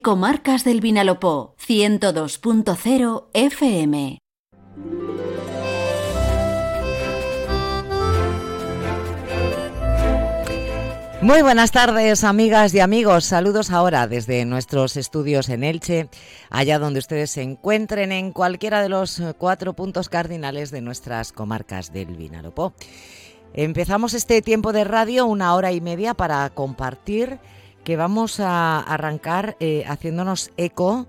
Comarcas del Vinalopó, 102.0 FM. Muy buenas tardes, amigas y amigos. Saludos ahora desde nuestros estudios en Elche, allá donde ustedes se encuentren en cualquiera de los 4 puntos cardinales de nuestras comarcas del Vinalopó. Empezamos este tiempo de radio, 1 hora y media, para compartir que vamos a arrancar haciéndonos eco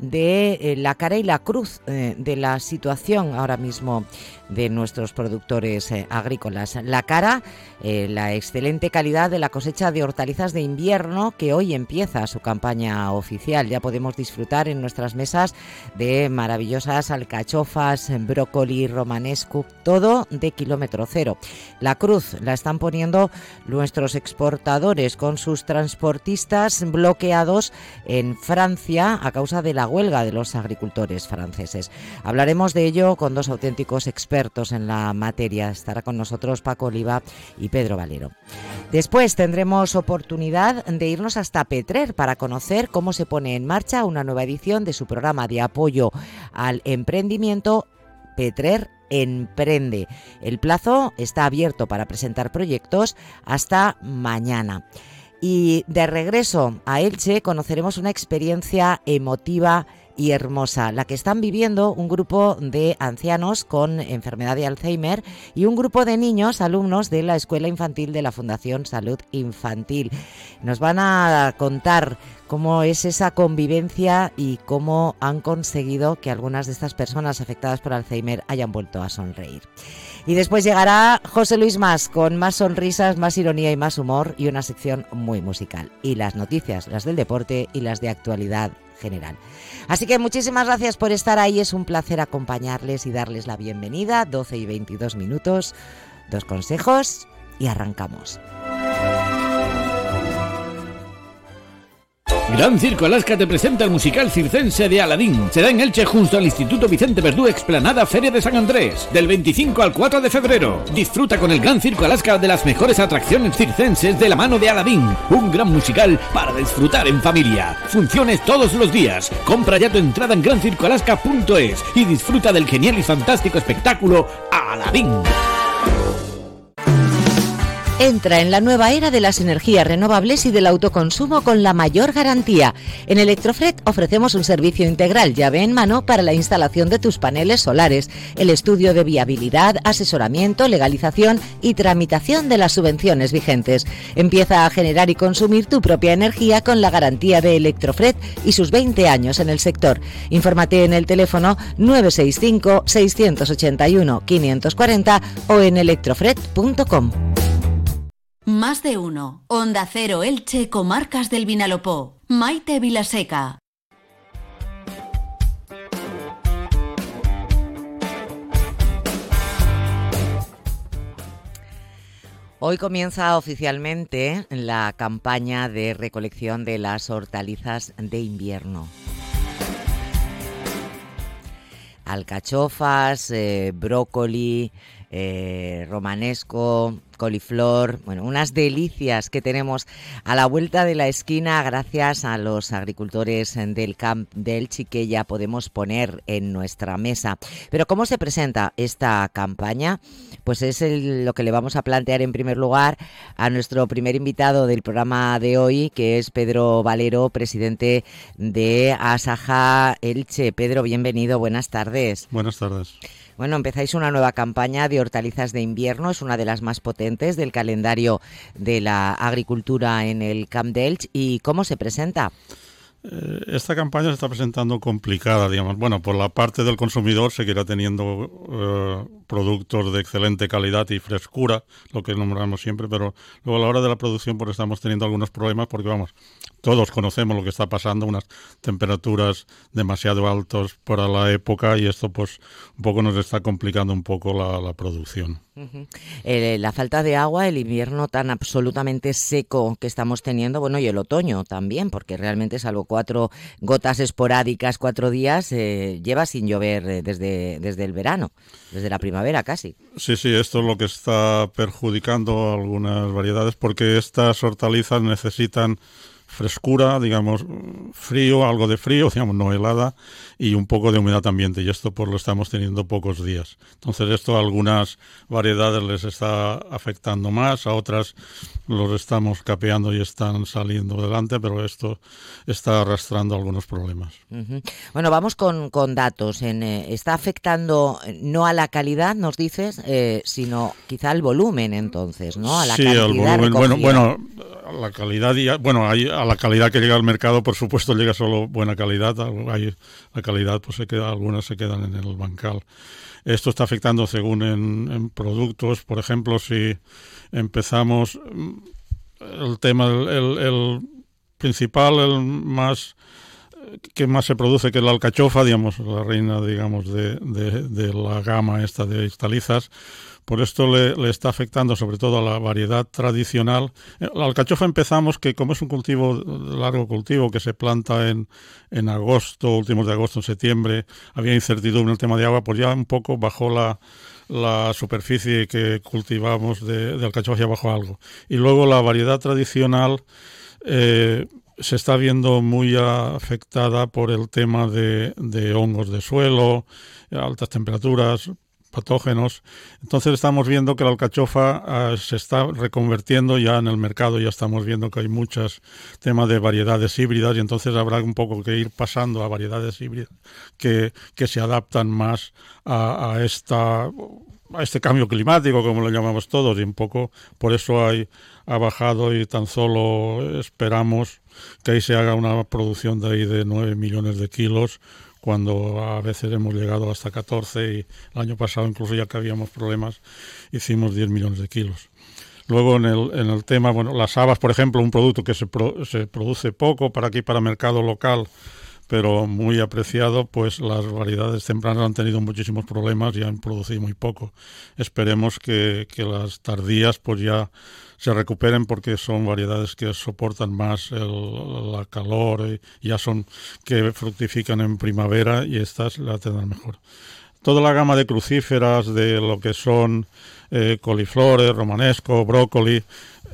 de la cara y la cruz de la situación ahora mismo de nuestros productores agrícolas. La cara, la excelente calidad de la cosecha de hortalizas de invierno, que hoy empieza su campaña oficial. Ya podemos disfrutar en nuestras mesas de maravillosas alcachofas, brócoli, romanesco, todo de kilómetro cero. La cruz la están poniendo nuestros exportadores con sus transportistas bloqueados en Francia a causa de la huelga de los agricultores franceses. Hablaremos de ello con 2 auténticos expertos en la materia. Estará con nosotros Paco Oliva y Pedro Valero. Después tendremos oportunidad de irnos hasta Petrer para conocer cómo se pone en marcha una nueva edición de su programa de apoyo al emprendimiento Petrer Emprende. El plazo está abierto para presentar proyectos hasta mañana. Y de regreso a Elche conoceremos una experiencia emotiva y hermosa, la que están viviendo un grupo de ancianos con enfermedad de Alzheimer y un grupo de niños, alumnos de la Escuela Infantil de la Fundación Salud Infantil. Nos van a contar cómo es esa convivencia y cómo han conseguido que algunas de estas personas afectadas por Alzheimer hayan vuelto a sonreír. Y después llegará José Luis Mas con más sonrisas, más ironía y más humor, y una sección muy musical. Y las noticias, las del deporte y las de actualidad general. Así que muchísimas gracias por estar ahí. Es un placer acompañarles y darles la bienvenida. 12 y 22 minutos, 2 consejos y arrancamos. Gran Circo Alaska te presenta el musical circense de Aladín. Será en Elche junto al Instituto Vicente Verdú, explanada Feria de San Andrés, del 25 al 4 de febrero. Disfruta con el Gran Circo Alaska de las mejores atracciones circenses de la mano de Aladín. Un gran musical para disfrutar en familia. Funciones todos los días. Compra ya tu entrada en grancircoalaska.es y disfruta del genial y fantástico espectáculo Aladín. Entra en la nueva era de las energías renovables y del autoconsumo con la mayor garantía. En Electrofred ofrecemos un servicio integral llave en mano para la instalación de tus paneles solares, el estudio de viabilidad, asesoramiento, legalización y tramitación de las subvenciones vigentes. Empieza a generar y consumir tu propia energía con la garantía de Electrofred y sus 20 años en el sector. Infórmate en el teléfono 965 681 540 o en electrofred.com. Más de uno. Onda Cero Elche, Comarcas del Vinalopó. Maite Vilaseca. Hoy comienza oficialmente la campaña de recolección de las hortalizas de invierno. Alcachofas, brócoli, romanesco, coliflor, bueno, unas delicias que tenemos a la vuelta de la esquina gracias a los agricultores del Camp de Elche que ya podemos poner en nuestra mesa. Pero ¿cómo se presenta esta campaña? Pues es lo que le vamos a plantear en primer lugar a nuestro primer invitado del programa de hoy, que es Pedro Valero, presidente de Asaja Elche. Pedro, bienvenido, buenas tardes. Buenas tardes. Bueno, empezáis una nueva campaña de hortalizas de invierno, es una de las más potentes del calendario de la agricultura en el Camp de Elche. ¿Y cómo se presenta? Esta campaña se está presentando complicada, digamos. Bueno, por la parte del consumidor seguirá teniendo productos de excelente calidad y frescura, lo que nombramos siempre, pero luego a la hora de la producción pues estamos teniendo algunos problemas porque, vamos, todos conocemos lo que está pasando, unas temperaturas demasiado altas para la época y esto pues un poco nos está complicando un poco la producción. Uh-huh. La falta de agua, el invierno tan absolutamente seco que estamos teniendo, bueno, y el otoño también, porque realmente salvo 4 gotas esporádicas, 4 días, lleva sin llover desde el verano, desde la primavera casi. Sí, esto es lo que está perjudicando a algunas variedades porque estas hortalizas necesitan frescura, digamos, frío, algo de frío, digamos, no helada, y un poco de humedad ambiente, y esto pues lo estamos teniendo pocos días. Entonces esto a algunas variedades les está afectando más, a otras los estamos capeando y están saliendo adelante, pero esto está arrastrando algunos problemas. Uh-huh. Bueno, vamos con datos. Está afectando no a la calidad, nos dices, sino quizá al volumen, entonces, ¿no? A la cantidad al volumen. recogida. Bueno, a la calidad a la calidad que llega al mercado, por supuesto, llega solo buena calidad. La calidad, pues algunas se quedan en el bancal. Esto está afectando según en productos. Por ejemplo, si empezamos el tema, el principal, que más se produce, que es la alcachofa, digamos, la reina, digamos, de la gama esta de hortalizas. Por esto le está afectando sobre todo a la variedad tradicional. La alcachofa empezamos, que como es un largo cultivo que se planta en agosto, últimos de agosto, en septiembre, había incertidumbre en el tema de agua, pues ya un poco bajó la superficie que cultivamos de alcachofa, ya bajó algo. Y luego la variedad tradicional se está viendo muy afectada por el tema de hongos de suelo, altas temperaturas, patógenos. Entonces estamos viendo que la alcachofa se está reconvirtiendo ya en el mercado, ya estamos viendo que hay muchos temas de variedades híbridas, y entonces habrá un poco que ir pasando a variedades híbridas que se adaptan más a este cambio climático, como lo llamamos todos, y un poco por eso ha bajado, y tan solo esperamos que ahí se haga una producción de ahí de 9 millones de kilos, cuando a veces hemos llegado hasta 14, y el año pasado incluso, ya que habíamos problemas, hicimos 10 millones de kilos. Luego en el tema, bueno, las habas, por ejemplo, un producto que se produce poco para aquí, para mercado local, pero muy apreciado, pues las variedades tempranas han tenido muchísimos problemas y han producido muy poco. Esperemos que las tardías pues ya se recuperen, porque son variedades que soportan más la calor, y ya son que fructifican en primavera, y estas la tendrán mejor. Toda la gama de crucíferas, de lo que son coliflores, romanesco, brócoli,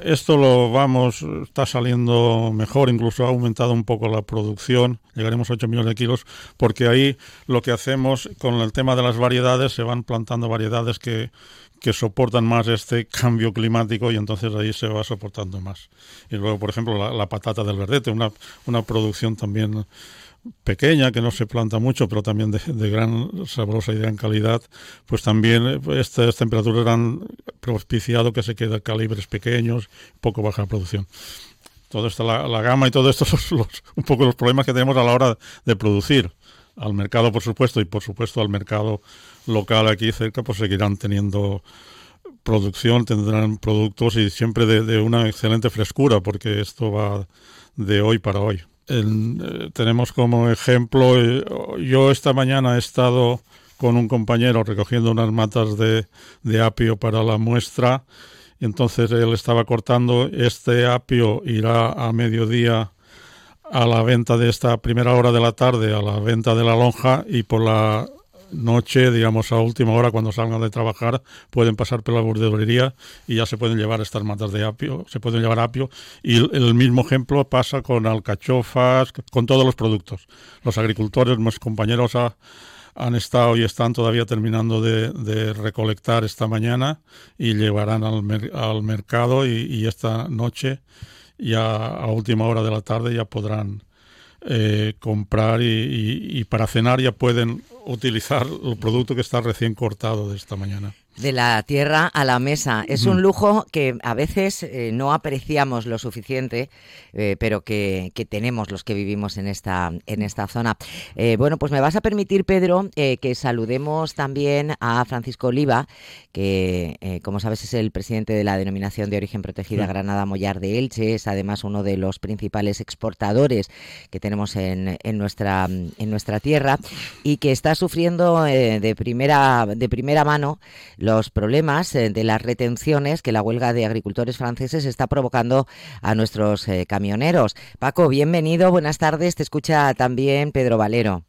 esto está saliendo mejor, incluso ha aumentado un poco la producción, llegaremos a 8 millones de kilos, porque ahí lo que hacemos con el tema de las variedades, se van plantando variedades que soportan más este cambio climático, y entonces ahí se va soportando más. Y luego, por ejemplo, la patata del verdete, una producción también pequeña, que no se planta mucho, pero también de gran sabrosa y de gran calidad, pues también estas temperaturas han propiciado que se queden calibres pequeños, poco baja producción. Todo esto, la gama y todo esto, un poco los problemas que tenemos a la hora de producir. Al mercado, por supuesto, y por supuesto al mercado local aquí cerca, pues seguirán teniendo producción, tendrán productos, y siempre de una excelente frescura, porque esto va de hoy para hoy. Tenemos como ejemplo, yo esta mañana he estado con un compañero recogiendo unas matas de apio para la muestra, y entonces él estaba cortando. Este apio irá a mediodía a la venta de esta primera hora de la tarde, a la venta de la lonja, y por la noche, digamos a última hora, cuando salgan de trabajar, pueden pasar por la verdulería y ya se pueden llevar estas matas de apio, se pueden llevar apio. Y el mismo ejemplo pasa con alcachofas, con todos los productos. Los agricultores, mis compañeros, han estado y están todavía terminando de recolectar esta mañana, y llevarán al mercado, y esta noche, ya a última hora de la tarde, ya podrán comprar, y para cenar ya pueden utilizar el producto que está recién cortado de esta mañana. De la tierra a la mesa. Es un lujo que a veces no apreciamos lo suficiente, pero que tenemos los que vivimos en esta zona. Bueno, pues me vas a permitir, Pedro, que saludemos también a Francisco Oliva, que como sabes es el presidente de la Denominación de Origen Protegida Granada Mollar de Elche. Es además uno de los principales exportadores que tenemos en nuestra tierra, y que está sufriendo de primera mano los problemas de las retenciones que la huelga de agricultores franceses está provocando a nuestros camioneros. Paco, bienvenido, buenas tardes, te escucha también Pedro Valero.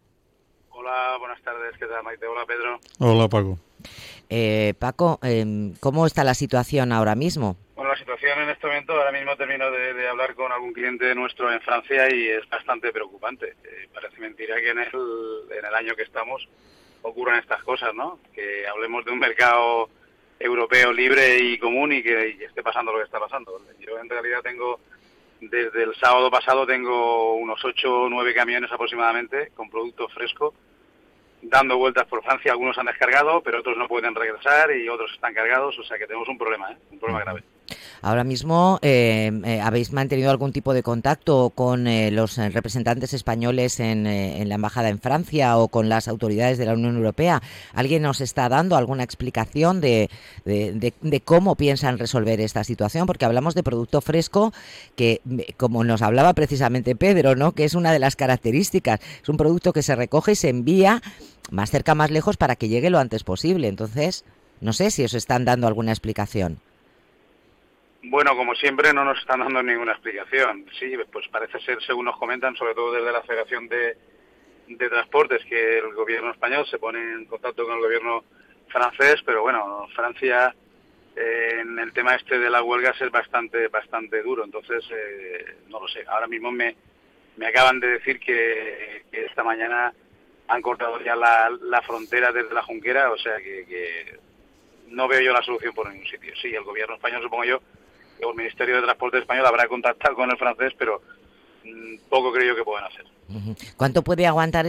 Hola, buenas tardes, ¿qué tal, Maite? Hola, Pedro. Hola, Paco. Paco, ¿cómo está la situación ahora mismo? Bueno, la situación en este momento, ahora mismo termino de hablar con algún cliente nuestro en Francia y es bastante preocupante. Parece mentira que en el año que estamos ocurran estas cosas, ¿no? Que hablemos de un mercado europeo libre y común y que esté pasando lo que está pasando. Yo en realidad desde el sábado pasado tengo unos 8 o 9 camiones aproximadamente con producto fresco dando vueltas por Francia. Algunos han descargado, pero otros no pueden regresar y otros están cargados, o sea que tenemos un problema grave. Ahora mismo, ¿habéis mantenido algún tipo de contacto con los representantes españoles en la embajada en Francia o con las autoridades de la Unión Europea? ¿Alguien nos está dando alguna explicación de cómo piensan resolver esta situación? Porque hablamos de producto fresco que, como nos hablaba precisamente Pedro, ¿no?, que es una de las características. Es un producto que se recoge y se envía más cerca, más lejos, para que llegue lo antes posible. Entonces, no sé si os están dando alguna explicación. Bueno, como siempre, no nos están dando ninguna explicación. Sí, pues parece ser, según nos comentan, sobre todo desde la Federación de Transportes, que el gobierno español se pone en contacto con el gobierno francés, pero bueno, Francia en el tema este de las huelgas es bastante duro. Entonces, no lo sé. Ahora mismo me acaban de decir que esta mañana han cortado ya la frontera desde la Junquera, o sea que no veo yo la solución por ningún sitio. Sí, el gobierno español, supongo yo, o el Ministerio de Transporte español habrá contactado con el francés, pero poco creo yo que puedan hacer. ¿Cuánto puede aguantar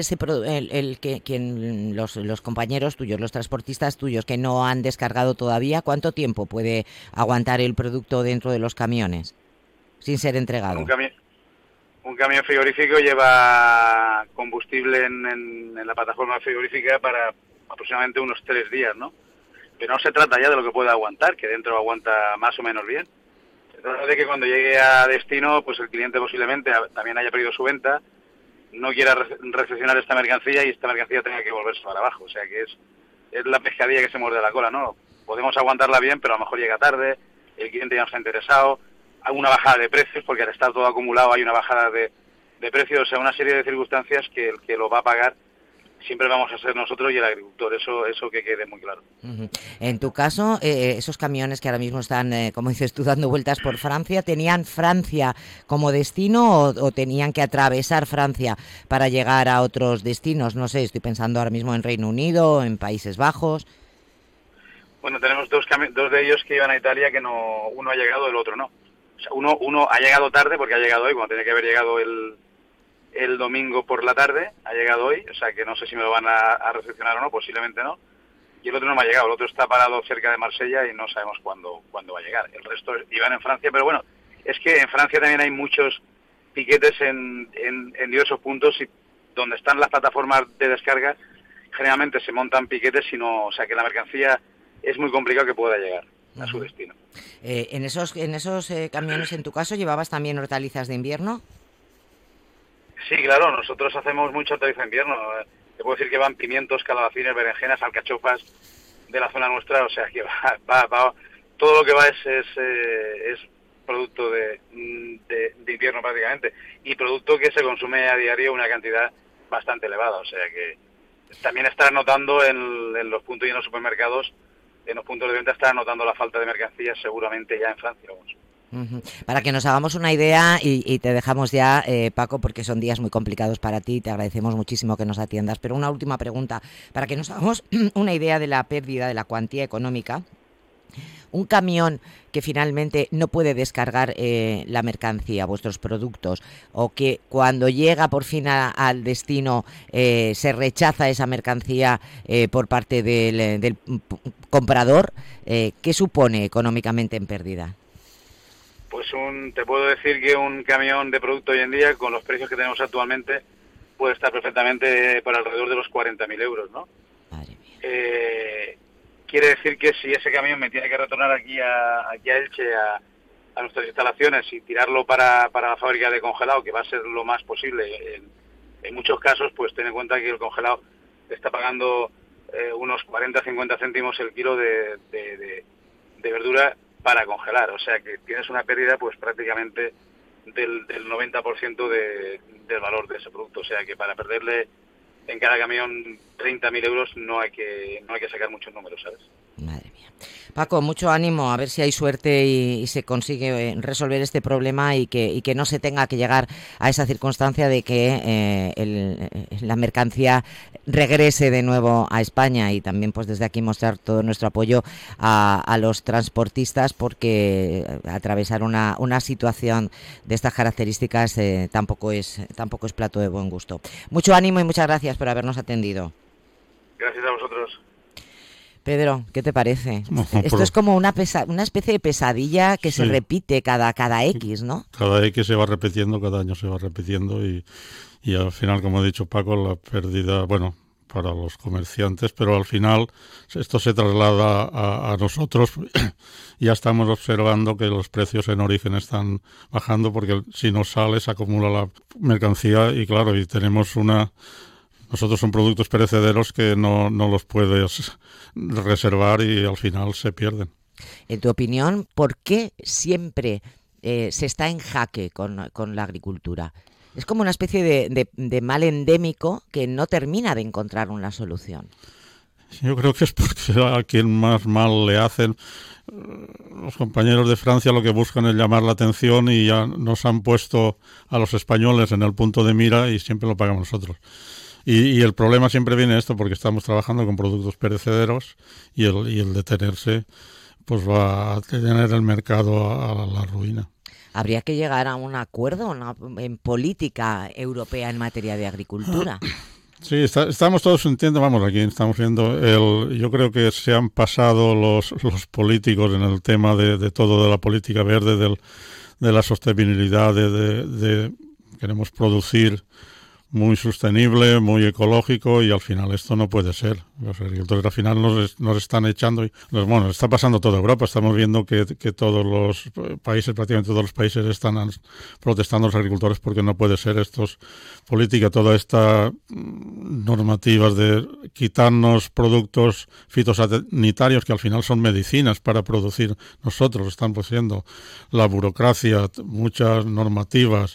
los compañeros tuyos, los transportistas tuyos que no han descargado todavía? ¿Cuánto tiempo puede aguantar el producto dentro de los camiones sin ser entregado? Un camión frigorífico lleva combustible en la plataforma frigorífica para aproximadamente unos 3 días, ¿no? Pero no se trata ya de lo que pueda aguantar, que dentro aguanta más o menos bien. Se trata de que cuando llegue a destino, pues el cliente posiblemente también haya perdido su venta, no quiera recepcionar esta mercancía y esta mercancía tenga que volverse para abajo. O sea que es la pescadilla que se muerde la cola, ¿no? Podemos aguantarla bien, pero a lo mejor llega tarde, el cliente ya no está interesado, hay una bajada de precios, porque al estar todo acumulado hay una bajada de precios, o sea, una serie de circunstancias que el que lo va a pagar siempre vamos a ser nosotros y el agricultor, eso que quede muy claro. En tu caso, esos camiones que ahora mismo están, como dices tú, dando vueltas por Francia, ¿tenían Francia como destino o tenían que atravesar Francia para llegar a otros destinos? No sé, estoy pensando ahora mismo en Reino Unido, en Países Bajos. Bueno, tenemos dos de ellos que iban a Italia, que uno ha llegado, el otro no. O sea, uno ha llegado tarde porque ha llegado hoy, cuando tenía que haber llegado el domingo por la tarde, ha llegado hoy, o sea que no sé si me lo van a recepcionar o no, posiblemente no, y el otro no me ha llegado, el otro está parado cerca de Marsella y no sabemos cuándo va a llegar. El resto iban en Francia, pero bueno, es que en Francia también hay muchos piquetes en diversos puntos y donde están las plataformas de descarga, generalmente se montan piquetes, o sea que la mercancía es muy complicado que pueda llegar a su destino. ¿En esos camiones, en tu caso, llevabas también hortalizas de invierno? Sí, claro, nosotros hacemos mucha hortaliza de invierno. Te puedo decir que van pimientos, calabacines, berenjenas, alcachofas de la zona nuestra, o sea que va todo lo que va es producto de invierno prácticamente, y producto que se consume a diario una cantidad bastante elevada, o sea que también estarán notando en los puntos y en los supermercados, en los puntos de venta estarán notando la falta de mercancías seguramente ya en Francia, vamos. Para que nos hagamos una idea y te dejamos ya, Paco, porque son días muy complicados para ti, te agradecemos muchísimo que nos atiendas, pero una última pregunta, para que nos hagamos una idea de la pérdida, de la cuantía económica. Un camión que finalmente no puede descargar la mercancía, vuestros productos, o que cuando llega por fin al destino se rechaza esa mercancía por parte del comprador, ¿qué supone económicamente en pérdida? Pues te puedo decir que un camión de producto hoy en día, con los precios que tenemos actualmente, puede estar perfectamente por alrededor de los 40.000 euros, ¿no? Madre mía. Quiere decir que si ese camión me tiene que retornar aquí a Elche, a nuestras instalaciones, y tirarlo para la fábrica de congelado, que va a ser lo más posible, en muchos casos, pues ten en cuenta que el congelado está pagando unos 40-50 céntimos el kilo de verdura para congelar, o sea que tienes una pérdida pues prácticamente del 90% del valor de ese producto, o sea que para perderle en cada camión 30.000 euros no hay que sacar muchos números, ¿sabes? Madre mía. Paco, mucho ánimo, a ver si hay suerte y se consigue resolver este problema y que no se tenga que llegar a esa circunstancia de que la mercancía regrese de nuevo a España. Y también pues desde aquí mostrar todo nuestro apoyo a los transportistas, porque atravesar una situación de estas características tampoco es plato de buen gusto. Mucho ánimo y muchas gracias por habernos atendido. Gracias a vosotros. Pedro, ¿qué te parece? No, Esto es como una especie de pesadilla que se repite cada X, ¿no? Cada X se va repitiendo, cada año se va repitiendo y al final, como ha dicho Paco, la pérdida, bueno, para los comerciantes, pero al final esto se traslada a nosotros. Ya estamos observando que los precios en origen están bajando, porque si no sale se acumula la mercancía y claro, y tenemos nosotros son productos perecederos que no los puedes reservar y al final se pierden. En tu opinión, ¿por qué siempre se está en jaque con la agricultura? Es como una especie de mal endémico que no termina de encontrar una solución. Yo creo que es porque a quien más mal le hacen, los compañeros de Francia lo que buscan es llamar la atención y ya nos han puesto a los españoles en el punto de mira y siempre lo pagamos nosotros. Y el problema siempre viene esto, porque estamos trabajando con productos perecederos y el detenerse pues va a tener el mercado a la ruina. Habría que llegar a un acuerdo en política europea en materia de agricultura. Sí, estamos todos sintiendo, aquí estamos viendo, yo creo que se han pasado los políticos en el tema de todo, de la política verde, de la sostenibilidad, de queremos producir muy sostenible, muy ecológico, y al final esto no puede ser. Los agricultores al final nos están echando. Está pasando toda Europa. Estamos viendo que todos los países, prácticamente todos los países, están protestando a los agricultores porque no puede ser. Esto es política, toda esta normativas de quitarnos productos fitosanitarios que al final son medicinas para producir nosotros. Están produciendo la burocracia, muchas normativas,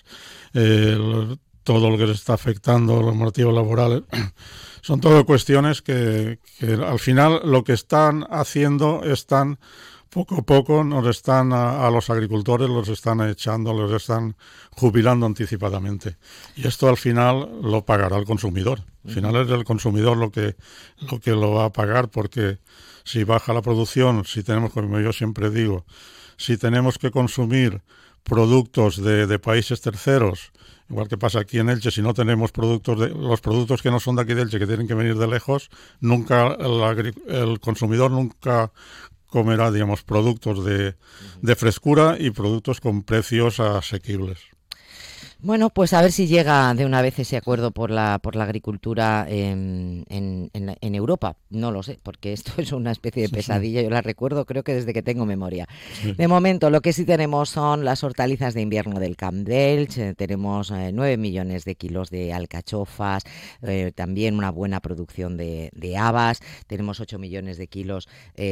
todo lo que se está afectando, los motivos laborales, son todo cuestiones que al final lo que están haciendo poco a poco nos están a los agricultores, los están echando, los están jubilando anticipadamente. Y esto al final lo pagará el consumidor. Al final es el consumidor lo que lo va a pagar, porque si baja la producción, si tenemos, como yo siempre digo, si tenemos que consumir productos de países terceros, igual que pasa aquí en Elche, si no tenemos los productos que no son de aquí de Elche, que tienen que venir de lejos, nunca el consumidor nunca comerá, productos de frescura y productos con precios asequibles. Bueno, pues a ver si llega de una vez ese acuerdo por la agricultura en Europa. No lo sé, porque esto es una especie de pesadilla. Yo la recuerdo, creo que desde que tengo memoria. Sí. De momento, lo que sí tenemos son las hortalizas de invierno del Camp d'Elx. Tenemos 9 millones de kilos de alcachofas, también una buena producción de habas. Tenemos 8 millones de kilos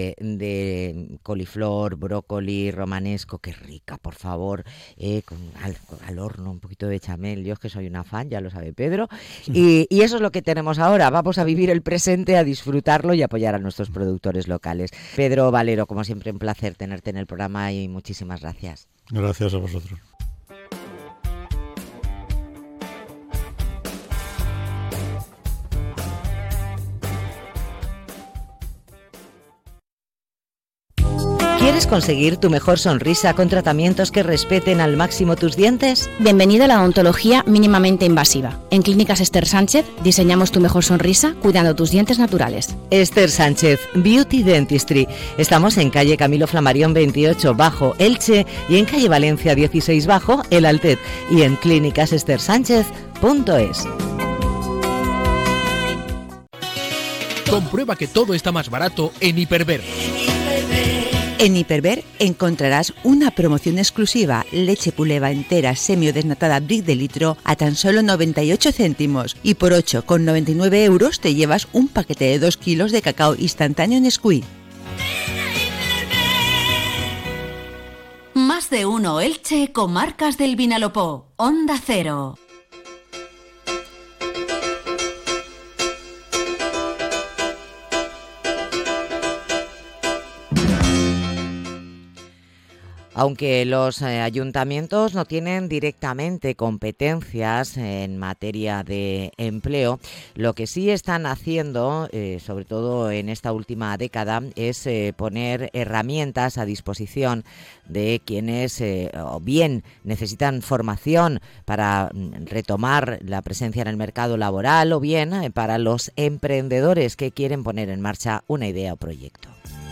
de coliflor, brócoli, romanesco. ¡Qué rica, por favor! Al horno, un poquito de bechamel. Yo es que soy una fan, ya lo sabe Pedro. Sí. Y eso es lo que tenemos ahora. Vamos a vivir el presente, a disfrutarlo y apoyar a nuestros productores locales. Pedro Valero, como siempre, un placer tenerte en el programa y muchísimas gracias. Gracias a vosotros. ¿Quieres conseguir tu mejor sonrisa con tratamientos que respeten al máximo tus dientes? Bienvenido a la odontología mínimamente invasiva. En Clínicas Esther Sánchez diseñamos tu mejor sonrisa cuidando tus dientes naturales. Esther Sánchez, Beauty Dentistry. Estamos en calle Camilo Flammarion 28 bajo Elche y en calle Valencia 16 bajo El Altet y en clínicasestersánchez.es. Comprueba que todo está más barato en Hiperver. En Hiperver encontrarás una promoción exclusiva, leche Puleva entera semi-desnatada Brick de litro a tan solo 98 céntimos y por 8,99 € te llevas un paquete de 2 kilos de cacao instantáneo Nesquik. Más de uno Elche, comarcas del Vinalopó, Onda Cero. Aunque los ayuntamientos no tienen directamente competencias en materia de empleo, lo que sí están haciendo, sobre todo en esta última década, es poner herramientas a disposición de quienes o bien necesitan formación para retomar la presencia en el mercado laboral o bien para los emprendedores que quieren poner en marcha una idea o proyecto.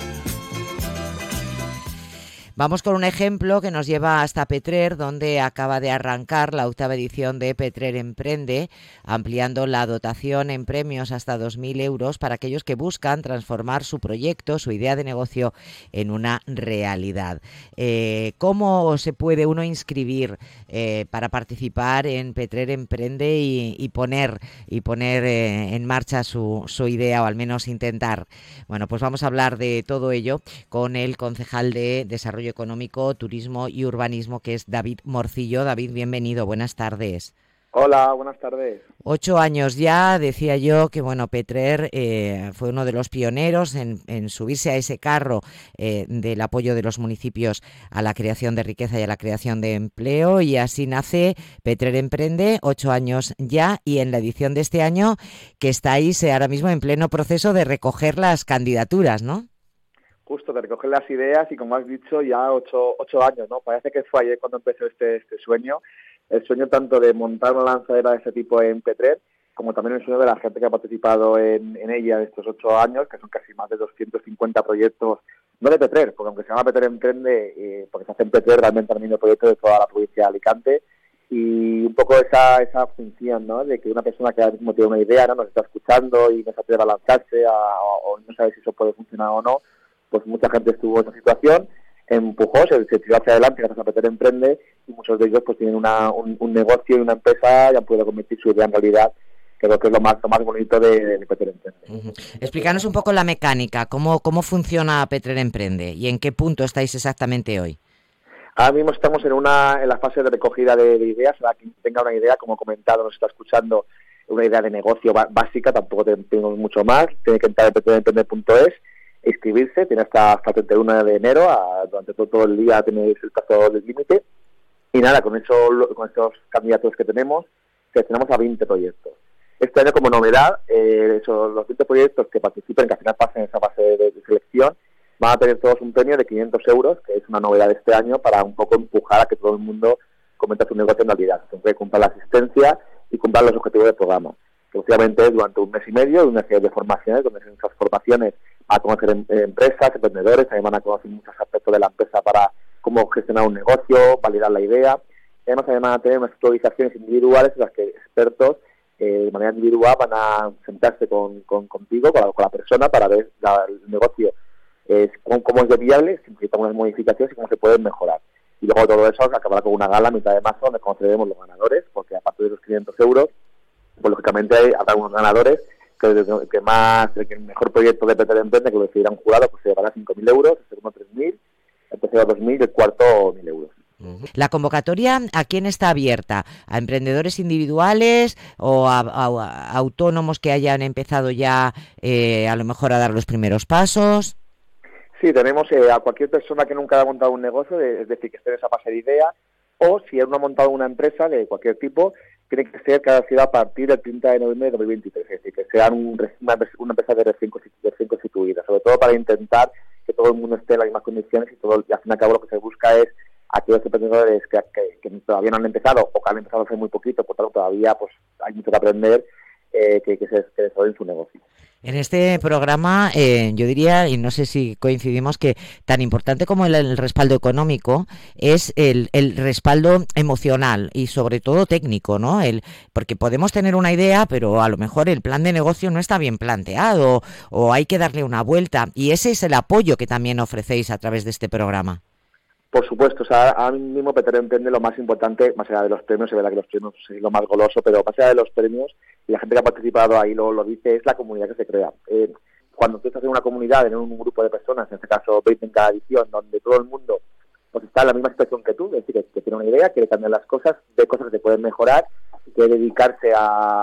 Vamos con un ejemplo que nos lleva hasta Petrer, donde acaba de arrancar la 8ª edición de Petrer Emprende, ampliando la dotación en premios hasta 2.000 euros para aquellos que buscan transformar su proyecto, su idea de negocio en una realidad. ¿Cómo se puede uno inscribir para participar en Petrer Emprende y poner en marcha su idea, o al menos intentar? Bueno, pues vamos a hablar de todo ello con el concejal de Desarrollo Económico, Turismo y Urbanismo, que es David Morcillo. David, bienvenido, buenas tardes. Hola, buenas tardes. 8 años ya, decía yo que bueno, Petrer fue uno de los pioneros en subirse a ese carro del apoyo de los municipios a la creación de riqueza y a la creación de empleo, y así nace Petrer Emprende, 8 años ya, y en la edición de este año que estáis ahora mismo en pleno proceso de recoger las candidaturas, ¿no? Justo, de recoger las ideas y, como has dicho, ya 8 años, ¿no? Parece que fue ayer cuando empezó este sueño, el sueño tanto de montar una lanzadera de este tipo en Petrer, como también el sueño de la gente que ha participado en ella de estos 8 años, que son casi más de 250 proyectos, no de Petrer, porque aunque se llama Petrer Emprende, porque se hace en Petrer, realmente también proyectos de toda la provincia de Alicante, y un poco esa función, ¿no?, de que una persona que ahora mismo tiene una idea, ¿no?, nos está escuchando y no se atreve a lanzarse o no sabe si eso puede funcionar o no, pues mucha gente estuvo en esa situación, empujó, se tiró hacia adelante gracias a Petrer Emprende, y muchos de ellos pues tienen un negocio y una empresa y han podido convertir su idea en realidad, que creo que es lo más bonito de Petrer Emprende. Uh-huh. Explícanos un poco la mecánica, cómo funciona Petrer Emprende y en qué punto estáis exactamente hoy. Ahora mismo estamos en la fase de recogida de ideas. Para quien tenga una idea, como comentado, nos está escuchando, una idea de negocio básica, tampoco tenemos mucho más, tiene que entrar en petrenemprende.es, inscribirse, tiene hasta el 31 de enero, durante todo el día tenéis el plazo del límite, y nada, con esos candidatos que tenemos, seleccionamos a 20 proyectos. Este año, como novedad, los 20 proyectos que participen, que al final pasen esa fase de selección, van a tener todos un premio de 500 euros, que es una novedad de este año, para un poco empujar a que todo el mundo cometa su negocio en realidad, que cumpla la asistencia y cumpla los objetivos del programa. Que obviamente es durante un mes y medio, una serie de formaciones, donde en esas formaciones van a conocer empresas, emprendedores, también van a conocer muchos aspectos de la empresa para cómo gestionar un negocio, validar la idea. Además van a tener unas actualizaciones individuales en las que expertos de manera individual van a sentarse contigo, con la persona, para ver el negocio, cómo es de viable, si necesitan unas modificaciones y cómo se pueden mejorar. Y luego todo eso acabará con una gala a mitad de marzo donde conoceremos los ganadores, porque aparte de los 500 euros, pues lógicamente habrá unos ganadores que el mejor proyecto de Petrer Emprende, que lo decidirá un jurado, pues se llevará 5.000 euros, el segundo 3.000, el tercero 2.000 y el cuarto 1.000 euros. La convocatoria, ¿a quién está abierta? ¿A emprendedores individuales o a autónomos que hayan empezado ya a lo mejor a dar los primeros pasos? Sí, tenemos a cualquier persona que nunca haya montado un negocio, es decir, que esté en esa fase de idea, o si uno ha montado una empresa de cualquier tipo, tiene que ser cada ciudad a partir del 30 de noviembre de 2023, es decir, que sea una empresa de recién constituida, sobre todo para intentar que todo el mundo esté en las mismas condiciones y al fin y al cabo lo que se busca es aquellos emprendedores que todavía no han empezado o que han empezado hace muy poquito, por tanto todavía pues hay mucho que aprender, que desarrollen su negocio. En este programa yo diría, y no sé si coincidimos, que tan importante como el respaldo económico es el respaldo emocional y sobre todo técnico, ¿no? Porque podemos tener una idea, pero a lo mejor el plan de negocio no está bien planteado o hay que darle una vuelta, y ese es el apoyo que también ofrecéis a través de este programa. Por supuesto, o sea, ahora mismo Petrer Emprende lo más importante, más allá de los premios, es verdad que los premios es lo más goloso, pero más allá de los premios, y la gente que ha participado ahí lo dice, es la comunidad que se crea. Cuando tú estás en una comunidad, en un grupo de personas, en este caso 20 en cada edición, donde todo el mundo pues está en la misma situación que tú, es decir, que tiene una idea, quiere cambiar las cosas, ve cosas que se pueden mejorar, quiere dedicarse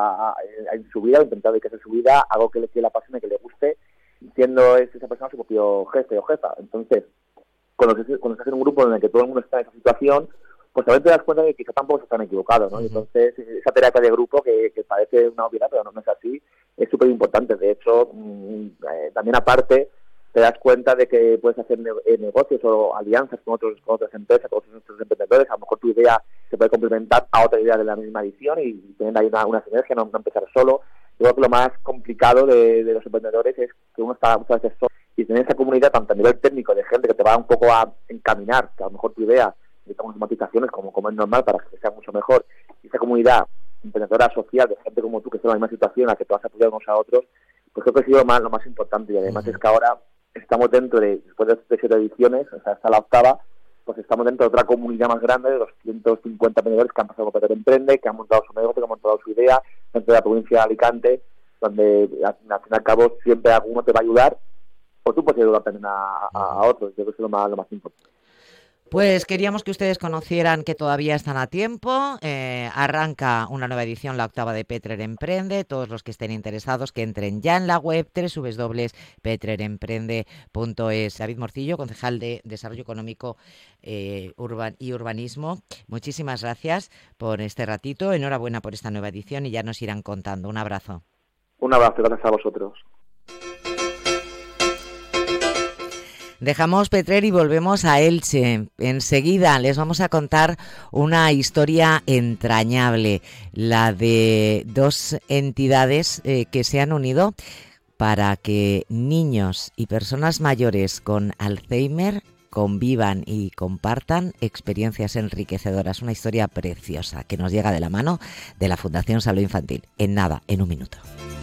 en su vida, intentar dedicarse a su vida, algo que le apasione, que le guste, siendo esa persona su propio jefe o jefa. Entonces, cuando estás en un grupo en el que todo el mundo está en esa situación, pues también te das cuenta de que quizá tampoco están equivocados, ¿no? Y entonces, esa terapia de grupo que parece una obviedad, pero no es así, es súper importante. De hecho, también aparte, te das cuenta de que puedes hacer negocios o alianzas con otras empresas, con otros emprendedores. A lo mejor tu idea se puede complementar a otra idea de la misma edición y tener ahí una sinergia, no empezar solo. Yo creo que lo más complicado de los emprendedores es que uno está muchas veces solo y tener esa comunidad, tanto a nivel técnico, de gente que te va un poco a encaminar, que a lo mejor tu idea necesitamos matizaciones como es normal para que sea mucho mejor. Y esa comunidad emprendedora social de gente como tú que está en la misma situación, a la que te vas a apoyar unos a otros, pues creo que ha sido lo más importante. Y además es que ahora estamos dentro después de 7 ediciones, o sea, hasta la 8ª, pues estamos dentro de otra comunidad más grande de 250 emprendedores que han pasado por Peter Emprende, que han montado su negocio, que han montado su idea dentro de la provincia de Alicante, donde al fin y al cabo siempre alguno te va a ayudar, o tú puedes ayudar también a otros. Yo creo que eso es lo más importante. Pues queríamos que ustedes conocieran que todavía están a tiempo. Arranca una nueva edición, la 8ª de Peter Emprende. Todos los que estén interesados que entren ya en la web www.petreremprende.es. David Morcillo, concejal de Desarrollo Económico y Urbanismo, muchísimas gracias por este ratito. Enhorabuena por esta nueva edición y ya nos irán contando. Un abrazo. Un abrazo, gracias a vosotros. Dejamos Petrer y volvemos a Elche. Enseguida les vamos a contar una historia entrañable, la de 2 entidades que se han unido para que niños y personas mayores con Alzheimer convivan y compartan experiencias enriquecedoras. Una historia preciosa que nos llega de la mano de la Fundación Salud Infantil. En nada, en un minuto.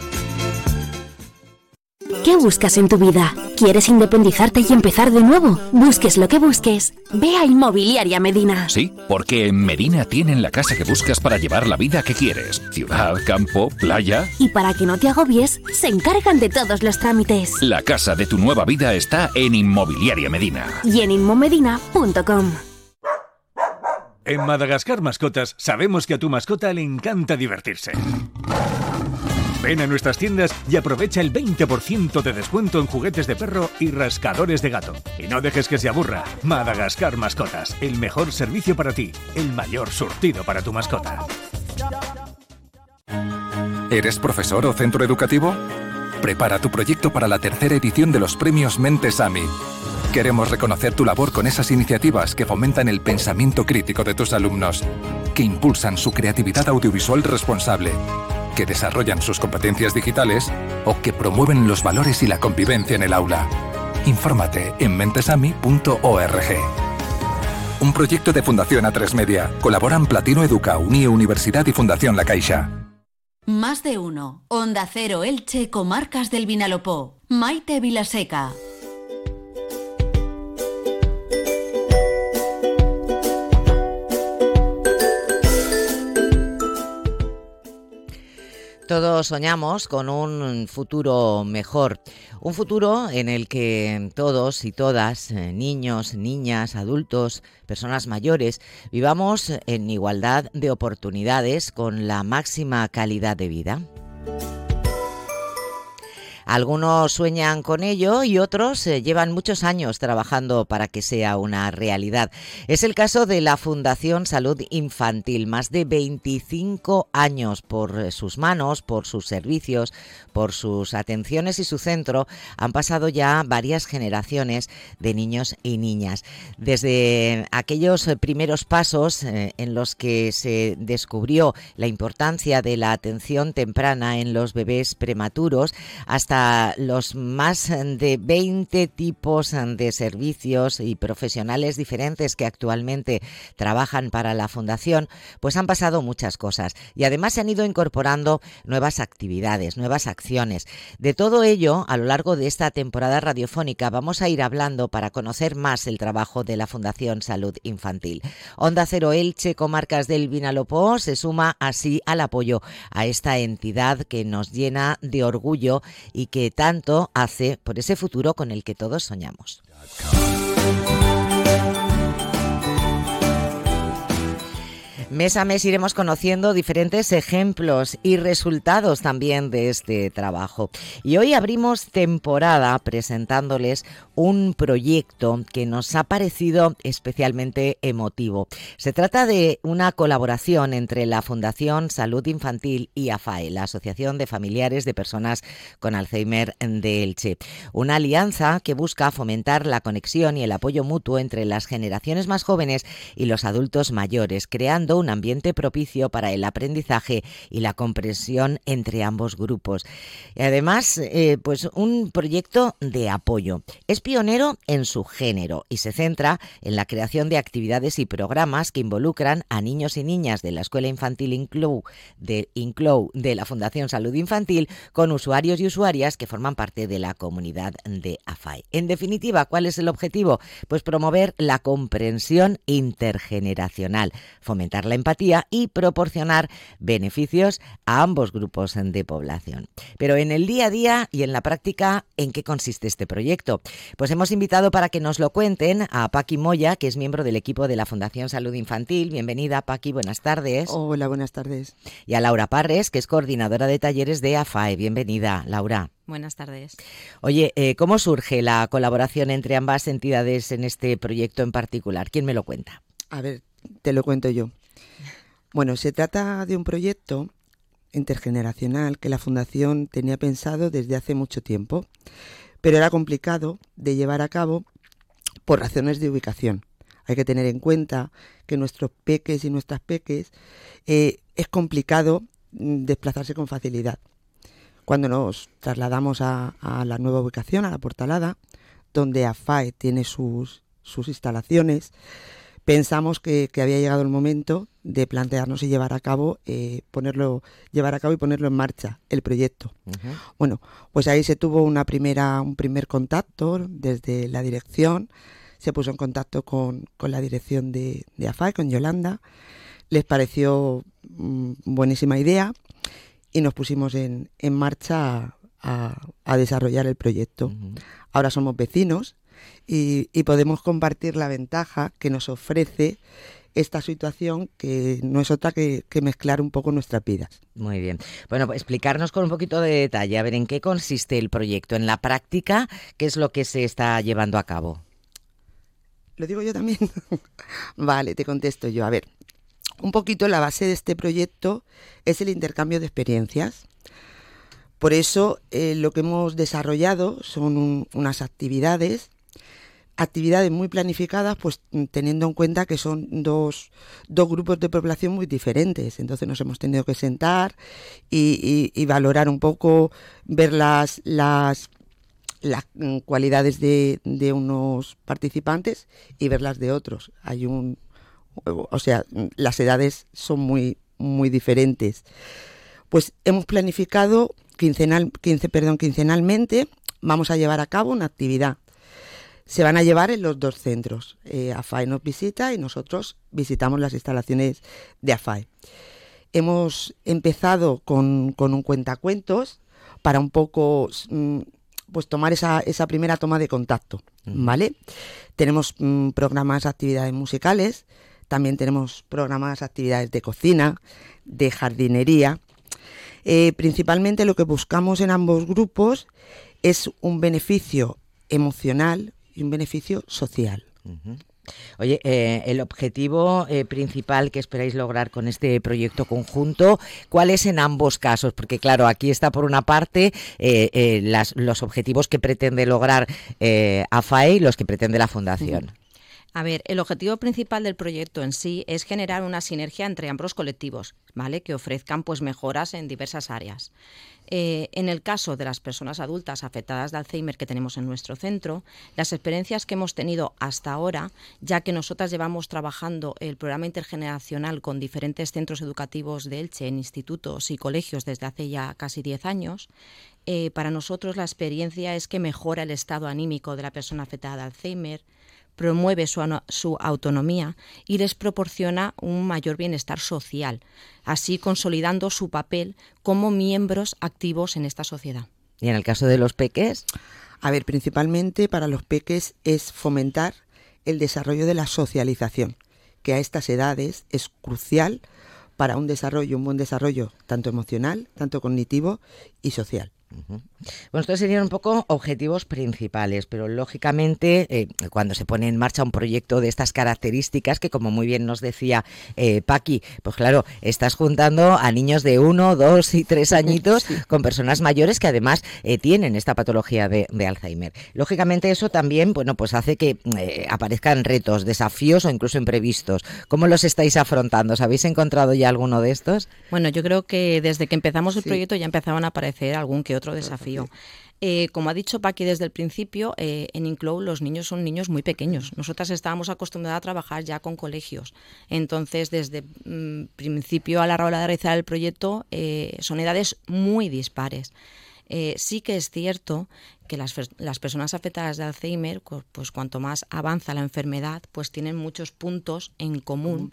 ¿Qué buscas en tu vida? ¿Quieres independizarte y empezar de nuevo? Busques lo que busques. Ve a Inmobiliaria Medina. Sí, porque en Medina tienen la casa que buscas para llevar la vida que quieres. Ciudad, campo, playa. Y para que no te agobies, se encargan de todos los trámites. La casa de tu nueva vida está en Inmobiliaria Medina. Y en inmomedina.com. En Madagascar Mascotas sabemos que a tu mascota le encanta divertirse. Ven a nuestras tiendas y aprovecha el 20% de descuento en juguetes de perro y rascadores de gato. Y no dejes que se aburra. Madagascar Mascotas, el mejor servicio para ti, el mayor surtido para tu mascota. ¿Eres profesor o centro educativo? Prepara tu proyecto para la 3ª edición de los premios Mentes AMI. Queremos reconocer tu labor con esas iniciativas que fomentan el pensamiento crítico de tus alumnos, que impulsan su creatividad audiovisual responsable, que desarrollan sus competencias digitales o que promueven los valores y la convivencia en el aula. Infórmate en mentesami.org. Un proyecto de Fundación A3 Media. Colaboran Platino Educa, Unie Universidad y Fundación La Caixa. Más de uno. Onda Cero Elche, Comarcas del Vinalopó. Maite Vilaseca. Todos soñamos con un futuro mejor, un futuro en el que todos y todas, niños, niñas, adultos, personas mayores, vivamos en igualdad de oportunidades con la máxima calidad de vida. Algunos sueñan con ello y otros llevan muchos años trabajando para que sea una realidad. Es el caso de la Fundación Salud Infantil. Más de 25 años por sus manos, por sus servicios, por sus atenciones y su centro, han pasado ya varias generaciones de niños y niñas. Desde aquellos primeros pasos en los que se descubrió la importancia de la atención temprana en los bebés prematuros, hasta los más de 20 tipos de servicios y profesionales diferentes que actualmente trabajan para la Fundación, pues han pasado muchas cosas y además se han ido incorporando nuevas actividades, nuevas acciones. De todo ello, a lo largo de esta temporada radiofónica vamos a ir hablando para conocer más el trabajo de la Fundación Salud Infantil. Onda Cero Elche, Comarcas del Vinalopó, se suma así al apoyo a esta entidad que nos llena de orgullo y que tanto hace por ese futuro con el que todos soñamos. Mes a mes iremos conociendo diferentes ejemplos y resultados también de este trabajo. Y hoy abrimos temporada presentándoles un proyecto que nos ha parecido especialmente emotivo. Se trata de una colaboración entre la Fundación Salud Infantil y AFAE, la Asociación de Familiares de Personas con Alzheimer de Elche. Una alianza que busca fomentar la conexión y el apoyo mutuo entre las generaciones más jóvenes y los adultos mayores, creando un ambiente propicio para el aprendizaje y la comprensión entre ambos grupos. Y además, pues un proyecto de apoyo. Es pionero en su género y se centra en la creación de actividades y programas que involucran a niños y niñas de la Escuela Infantil Inclou de la Fundación Salud Infantil con usuarios y usuarias que forman parte de la comunidad de AFAE. En definitiva, ¿cuál es el objetivo? Pues promover la comprensión intergeneracional, fomentar la empatía y proporcionar beneficios a ambos grupos de población. Pero en el día a día y en la práctica, ¿en qué consiste este proyecto? Pues hemos invitado para que nos lo cuenten a Paqui Moya, que es miembro del equipo de la Fundación Salud Infantil. Bienvenida, Paqui, buenas tardes. Hola, buenas tardes. Y a Laura Parres, que es coordinadora de talleres de AFAE. Bienvenida, Laura. Buenas tardes. Oye, ¿cómo surge la colaboración entre ambas entidades en este proyecto en particular? ¿Quién me lo cuenta? A ver, te lo cuento yo. Bueno, se trata de un proyecto intergeneracional que la Fundación tenía pensado desde hace mucho tiempo, pero era complicado de llevar a cabo por razones de ubicación. Hay que tener en cuenta que nuestros peques y nuestras peques es complicado desplazarse con facilidad. Cuando nos trasladamos a la nueva ubicación, a la Portalada, donde AFAE tiene sus instalaciones, pensamos que había llegado el momento de plantearnos y llevar a cabo y ponerlo en marcha, el proyecto. Uh-huh. Bueno, pues ahí se tuvo un primer contacto desde la dirección, se puso en contacto con la dirección de AFAE, con Yolanda, les pareció buenísima idea y nos pusimos en marcha a desarrollar el proyecto. Uh-huh. Ahora somos vecinos y podemos compartir la ventaja que nos ofrece esta situación, que no es otra que mezclar un poco nuestras vidas. Muy bien. Bueno, pues explicarnos con un poquito de detalle, a ver, ¿en qué consiste el proyecto? En la práctica, ¿qué es lo que se está llevando a cabo? ¿Lo digo yo también? Vale, te contesto yo. A ver, un poquito la base de este proyecto es el intercambio de experiencias. Por eso lo que hemos desarrollado son unas actividades muy planificadas, pues teniendo en cuenta que son dos grupos de población muy diferentes. Entonces nos hemos tenido que sentar y valorar un poco, ver las cualidades de unos participantes y ver las de otros. Las edades son muy, muy diferentes. Pues hemos planificado quincenalmente, vamos a llevar a cabo una actividad. Se van a llevar en los dos centros. AFAE nos visita y nosotros visitamos las instalaciones de AFAE. Hemos empezado con un cuentacuentos para un poco pues tomar esa primera toma de contacto, ¿vale? Tenemos programas, actividades musicales, también tenemos programas, actividades de cocina, de jardinería. Principalmente lo que buscamos en ambos grupos es un beneficio emocional y un beneficio social. Uh-huh. Oye, el objetivo principal que esperáis lograr con este proyecto conjunto, ¿cuál es en ambos casos? Porque claro, aquí está por una parte los objetivos que pretende lograr AFAE y los que pretende la Fundación. Uh-huh. A ver, el objetivo principal del proyecto en sí es generar una sinergia entre ambos colectivos, ¿vale? Que ofrezcan pues mejoras en diversas áreas. En el caso de las personas adultas afectadas de Alzheimer que tenemos en nuestro centro, las experiencias que hemos tenido hasta ahora, ya que nosotras llevamos trabajando el programa intergeneracional con diferentes centros educativos de Elche, en institutos y colegios desde hace ya casi 10 años, para nosotros la experiencia es que mejora el estado anímico de la persona afectada de Alzheimer, promueve su autonomía y les proporciona un mayor bienestar social, así consolidando su papel como miembros activos en esta sociedad. ¿Y en el caso de los peques? A ver, principalmente para los peques es fomentar el desarrollo de la socialización, que a estas edades es crucial para un buen desarrollo tanto emocional, tanto cognitivo y social. Bueno, estos serían un poco objetivos principales, pero lógicamente cuando se pone en marcha un proyecto de estas características, que como muy bien nos decía Paqui, pues claro, estás juntando a niños de 1, 2 y 3 añitos con personas mayores que además tienen esta patología de Alzheimer. Lógicamente eso también, bueno, pues hace que aparezcan retos, desafíos o incluso imprevistos. ¿Cómo los estáis afrontando? ¿Os habéis encontrado ya alguno de estos? Bueno, yo creo que desde que empezamos el proyecto ya empezaban a aparecer algún que otro desafío. Como ha dicho Paqui desde el principio, en Inclow los niños son niños muy pequeños. Nosotras estábamos acostumbradas a trabajar ya con colegios. Entonces, desde principio a la hora de realizar el proyecto, son edades muy dispares. Sí que es cierto que las personas afectadas de Alzheimer, pues cuanto más avanza la enfermedad, pues tienen muchos puntos en común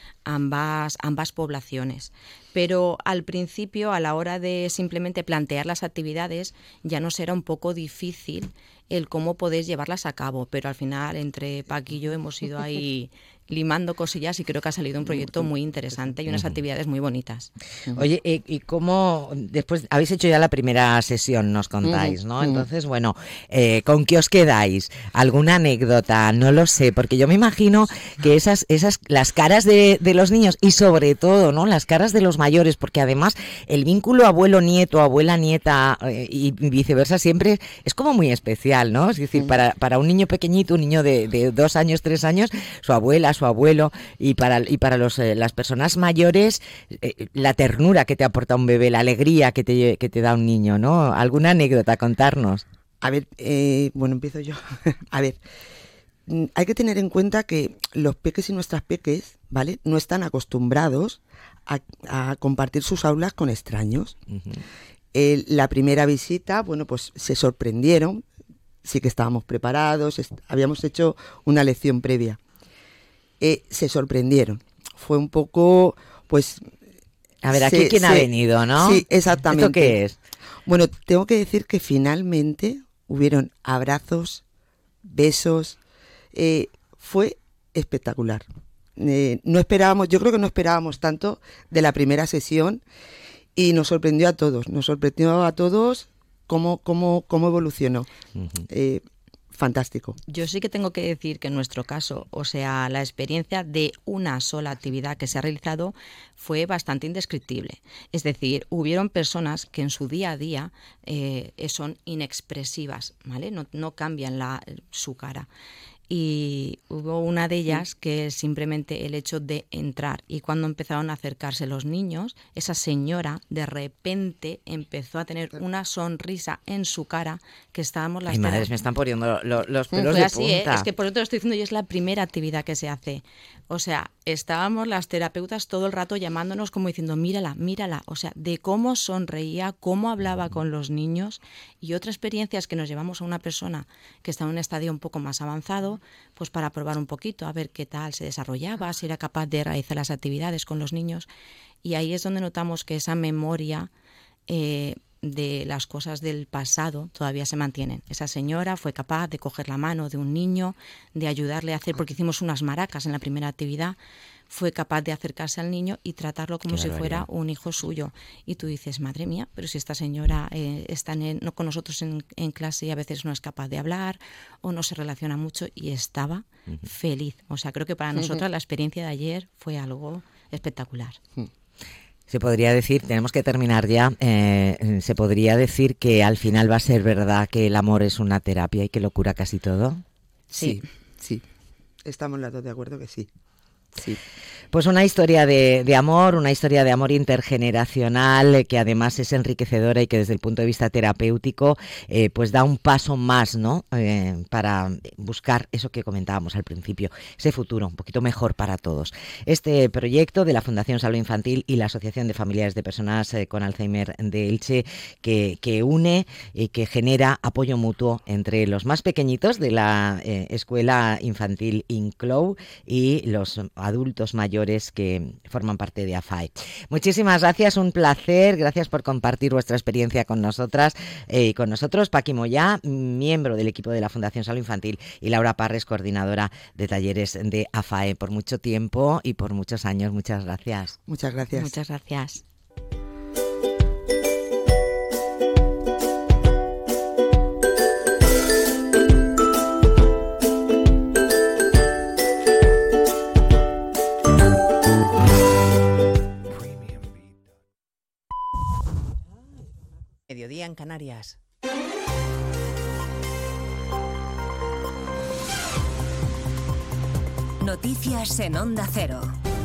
ambas poblaciones. Pero al principio, a la hora de simplemente plantear las actividades, ya nos era un poco difícil el cómo podéis llevarlas a cabo, pero al final entre Paqui y yo hemos ido ahí limando cosillas y creo que ha salido un proyecto muy interesante y unas actividades muy bonitas. Oye, ¿y cómo después habéis hecho ya la primera sesión, nos contáis, ¿no? Entonces, bueno, ¿con qué os quedáis? ¿Alguna anécdota? No lo sé, porque yo me imagino que las caras de los niños y sobre todo, ¿no?, las caras de los mayores, porque además el vínculo abuelo-nieto, abuela-nieta y viceversa siempre es como muy especial, ¿no? Es decir, para un niño pequeñito, un niño de 2 años, 3 años, su abuela, su abuelo, y para las personas mayores, la ternura que te aporta un bebé, la alegría que te da un niño, ¿no? ¿Alguna anécdota? Contarnos. A ver, bueno, empiezo yo. A ver, hay que tener en cuenta que los peques y nuestras peques, ¿vale?, no están acostumbrados a compartir sus aulas con extraños. La primera visita, bueno, pues se sorprendieron, sí que estábamos preparados, habíamos hecho una lección previa. Se sorprendieron. Fue un poco, pues... A ver, aquí quién ha venido, ¿no? Sí, exactamente. ¿Esto qué es? Bueno, tengo que decir que finalmente hubieron abrazos, besos, fue espectacular. No esperábamos, yo creo que no esperábamos tanto de la primera sesión y nos sorprendió a todos cómo evolucionó. Fantástico. Yo sí que tengo que decir que en nuestro caso, o sea, la experiencia de una sola actividad que se ha realizado fue bastante indescriptible. Es decir, hubieron personas que en su día a día son inexpresivas, ¿vale? No cambian su cara. Y hubo una de ellas que simplemente el hecho de entrar, y cuando empezaron a acercarse los niños, esa señora de repente empezó a tener una sonrisa en su cara que estábamos las... Ay, madres, me están poniendo los pelos de así, punta. Es que por eso te lo estoy diciendo, y es la primera actividad que se hace. O sea, estábamos las terapeutas todo el rato llamándonos como diciendo, mírala, mírala. O sea, de cómo sonreía, cómo hablaba con los niños, y otras experiencias que nos llevamos a una persona que está en un estadio un poco más avanzado, pues para probar un poquito, a ver qué tal se desarrollaba, si era capaz de realizar las actividades con los niños. Y ahí es donde notamos que esa memoria de las cosas del pasado todavía se mantienen. Esa señora fue capaz de coger la mano de un niño, de ayudarle a hacer, porque hicimos unas maracas en la primera actividad, fue capaz de acercarse al niño y tratarlo como si fuera un hijo suyo. Y tú dices, madre mía, pero si esta señora está no con nosotros en clase y a veces no es capaz de hablar o no se relaciona mucho, y estaba feliz. O sea, creo que para nosotras la experiencia de ayer fue algo espectacular. Se podría decir, tenemos que terminar ya, se podría decir que al final va a ser verdad que el amor es una terapia y que lo cura casi todo. Sí. Estamos las dos de acuerdo que sí. Sí. Pues una historia de amor, una historia de amor intergeneracional que además es enriquecedora y que desde el punto de vista terapéutico pues da un paso más, ¿no? Para buscar eso que comentábamos al principio, ese futuro un poquito mejor para todos. Este proyecto de la Fundación Salud Infantil y la Asociación de Familiares de Personas con Alzheimer de Elche que une y que genera apoyo mutuo entre los más pequeñitos de la Escuela Infantil Inclow y los adultos mayores que forman parte de AFAE. Muchísimas gracias, un placer, gracias por compartir vuestra experiencia con nosotras y con nosotros. Paqui Moyá, miembro del equipo de la Fundación Salud Infantil, y Laura Parres, coordinadora de talleres de AFAE, por mucho tiempo y por muchos años. Muchas gracias. Muchas gracias. Muchas gracias. Mediodía en Canarias. Noticias en Onda Cero.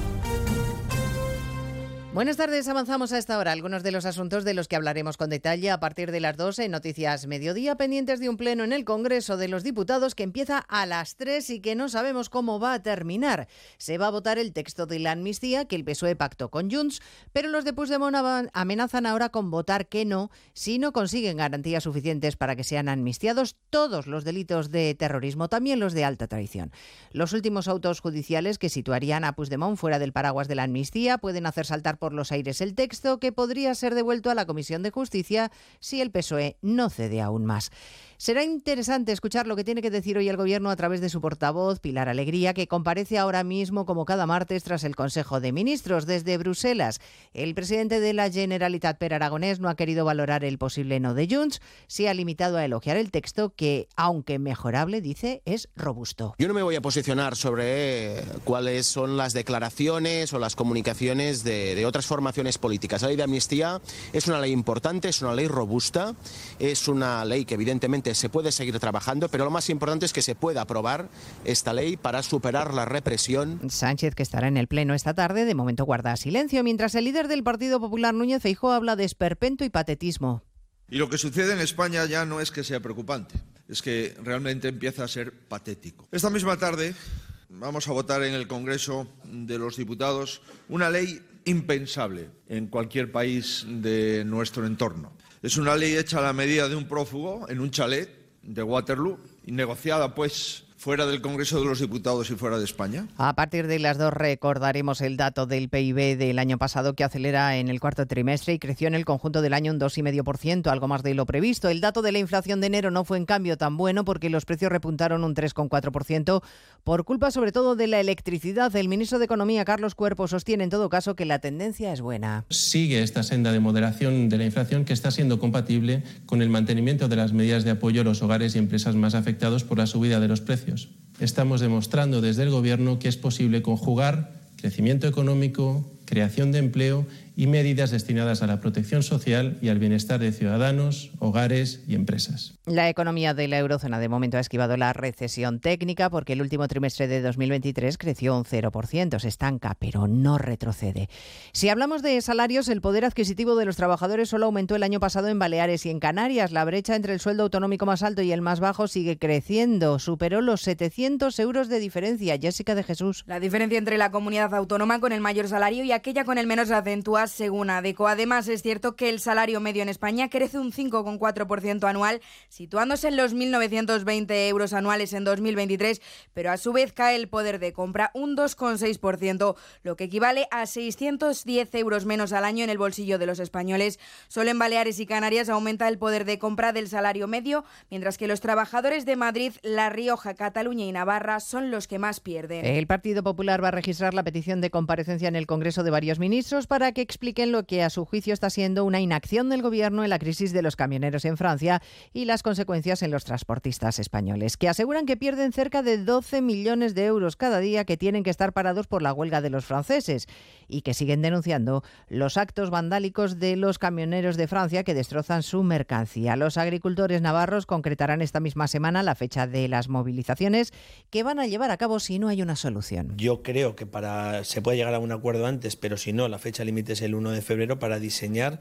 Buenas tardes, avanzamos a esta hora algunos de los asuntos de los que hablaremos con detalle a partir de las 2 en Noticias Mediodía, pendientes de un pleno en el Congreso de los Diputados que empieza a las 3 y que no sabemos cómo va a terminar. Se va a votar el texto de la amnistía que el PSOE pactó con Junts, pero los de Puigdemont amenazan ahora con votar que no si no consiguen garantías suficientes para que sean amnistiados todos los delitos de terrorismo, también los de alta traición. Los últimos autos judiciales que situarían a Puigdemont fuera del paraguas de la amnistía pueden hacer saltar por los aires el texto, que podría ser devuelto a la Comisión de Justicia si el PSOE no cede aún más. Será interesante escuchar lo que tiene que decir hoy el Gobierno a través de su portavoz, Pilar Alegría, que comparece ahora mismo como cada martes tras el Consejo de Ministros desde Bruselas. El presidente de la Generalitat, Pere Aragonès, no ha querido valorar el posible no de Junts, se ha limitado a elogiar el texto que, aunque mejorable, dice, es robusto. Yo no me voy a posicionar sobre cuáles son las declaraciones o las comunicaciones de otras formaciones políticas. La ley de amnistía es una ley importante, es una ley robusta, es una ley que evidentemente se puede seguir trabajando, pero lo más importante es que se pueda aprobar esta ley para superar la represión. Sánchez, que estará en el Pleno esta tarde, de momento guarda silencio, mientras el líder del Partido Popular, Núñez Feijóo, habla de esperpento y patetismo. Y lo que sucede en España ya no es que sea preocupante, es que realmente empieza a ser patético. Esta misma tarde vamos a votar en el Congreso de los Diputados una ley impensable en cualquier país de nuestro entorno. Es una ley hecha a la medida de un prófugo en un chalet de Waterloo y negociada, pues, fuera del Congreso de los Diputados y fuera de España. A partir de las 2 recordaremos el dato del PIB del año pasado, que acelera en el cuarto trimestre y creció en el conjunto del año un 2,5%, algo más de lo previsto. El dato de la inflación de enero no fue en cambio tan bueno porque los precios repuntaron un 3,4% por culpa sobre todo de la electricidad. El ministro de Economía, Carlos Cuerpo, sostiene en todo caso que la tendencia es buena. Sigue esta senda de moderación de la inflación que está siendo compatible con el mantenimiento de las medidas de apoyo a los hogares y empresas más afectados por la subida de los precios. Estamos demostrando desde el Gobierno que es posible conjugar crecimiento económico, creación de empleo y medidas destinadas a la protección social y al bienestar de ciudadanos, hogares y empresas. La economía de la eurozona de momento ha esquivado la recesión técnica porque el último trimestre de 2023 creció un 0%, se estanca, pero no retrocede. Si hablamos de salarios, el poder adquisitivo de los trabajadores solo aumentó el año pasado en Baleares y en Canarias. La brecha entre el sueldo autonómico más alto y el más bajo sigue creciendo. Superó los 700 euros de diferencia. Jessica de Jesús. La diferencia entre la comunidad autónoma con el mayor salario y aquella con el menos se acentúa según ADECO. Además, es cierto que el salario medio en España crece un 5,4% anual, situándose en los 1.920 euros anuales en 2023, pero a su vez cae el poder de compra un 2,6%, lo que equivale a 610 euros menos al año en el bolsillo de los españoles. Solo en Baleares y Canarias aumenta el poder de compra del salario medio, mientras que los trabajadores de Madrid, La Rioja, Cataluña y Navarra son los que más pierden. El Partido Popular va a registrar la petición de comparecencia en el Congreso de varios ministros para que expliquen lo que a su juicio está siendo una inacción del Gobierno en la crisis de los camioneros en Francia y las consecuencias en los transportistas españoles, que aseguran que pierden cerca de 12 millones de euros cada día que tienen que estar parados por la huelga de los franceses y que siguen denunciando los actos vandálicos de los camioneros de Francia que destrozan su mercancía. Los agricultores navarros concretarán esta misma semana la fecha de las movilizaciones que van a llevar a cabo si no hay una solución. Yo creo que se puede llegar a un acuerdo antes, pero si no, la fecha límite es el 1 de febrero para diseñar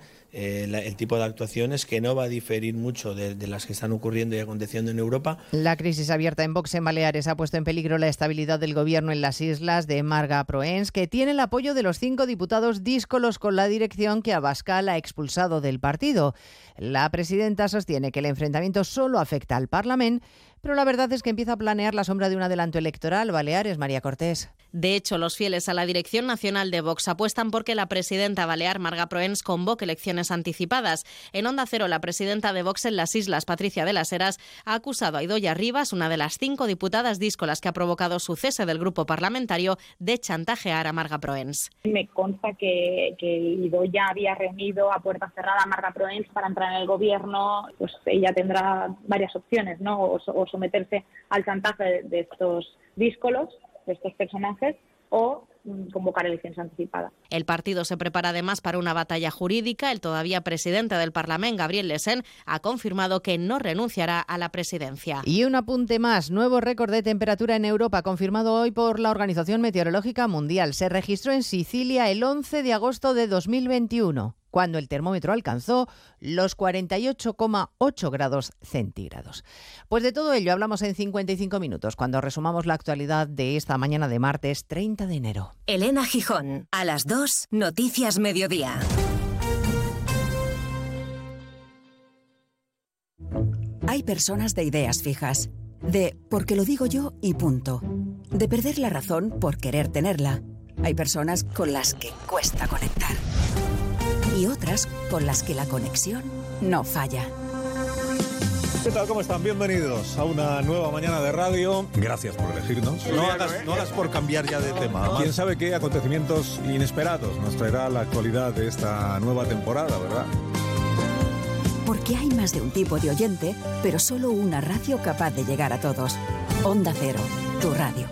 el tipo de actuaciones que no va a diferir mucho de las que están ocurriendo y aconteciendo en Europa. La crisis abierta en Vox en Baleares ha puesto en peligro la estabilidad del Gobierno en las islas de Marga Proens, que tiene el apoyo de los 5 diputados díscolos con la dirección que Abascal ha expulsado del partido. La presidenta sostiene que el enfrentamiento solo afecta al Parlamento, pero la verdad es que empieza a planear la sombra de un adelanto electoral. Baleares, María Cortés. De hecho, los fieles a la dirección nacional de Vox apuestan porque la presidenta balear Marga Proens convoque elecciones anticipadas. En Onda Cero, la presidenta de Vox en las Islas, Patricia de las Heras, ha acusado a Idoia Rivas, una de las 5 diputadas díscolas que ha provocado su cese del grupo parlamentario, de chantajear a Marga Proens. Me consta que Idoia había reunido a puerta cerrada a Marga Proens para entrar en el gobierno. Pues ella tendrá varias opciones, ¿no? O someterse al chantaje de estos díscolos, de estos personajes, o convocar elecciones anticipadas. El partido se prepara además para una batalla jurídica. El todavía presidente del Parlamento, Gabriel Lesén, ha confirmado que no renunciará a la presidencia. Y un apunte más, nuevo récord de temperatura en Europa confirmado hoy por la Organización Meteorológica Mundial. Se registró en Sicilia el 11 de agosto de 2021. Cuando el termómetro alcanzó los 48,8 grados centígrados. Pues de todo ello hablamos en 55 minutos, cuando resumamos la actualidad de esta mañana de martes 30 de enero. Elena Gijón, a las 2, Noticias Mediodía. Hay personas de ideas fijas, de porque lo digo yo y punto, de perder la razón por querer tenerla. Hay personas con las que cuesta conectar. Y otras con las que la conexión no falla. ¿Qué tal? ¿Cómo están? Bienvenidos a una nueva mañana de radio. Gracias por elegirnos. No hagas por cambiar ya de tema. ¿Quién sabe qué acontecimientos inesperados nos traerá la actualidad de esta nueva temporada, verdad? Porque hay más de un tipo de oyente, pero solo una radio capaz de llegar a todos. Onda Cero, tu radio.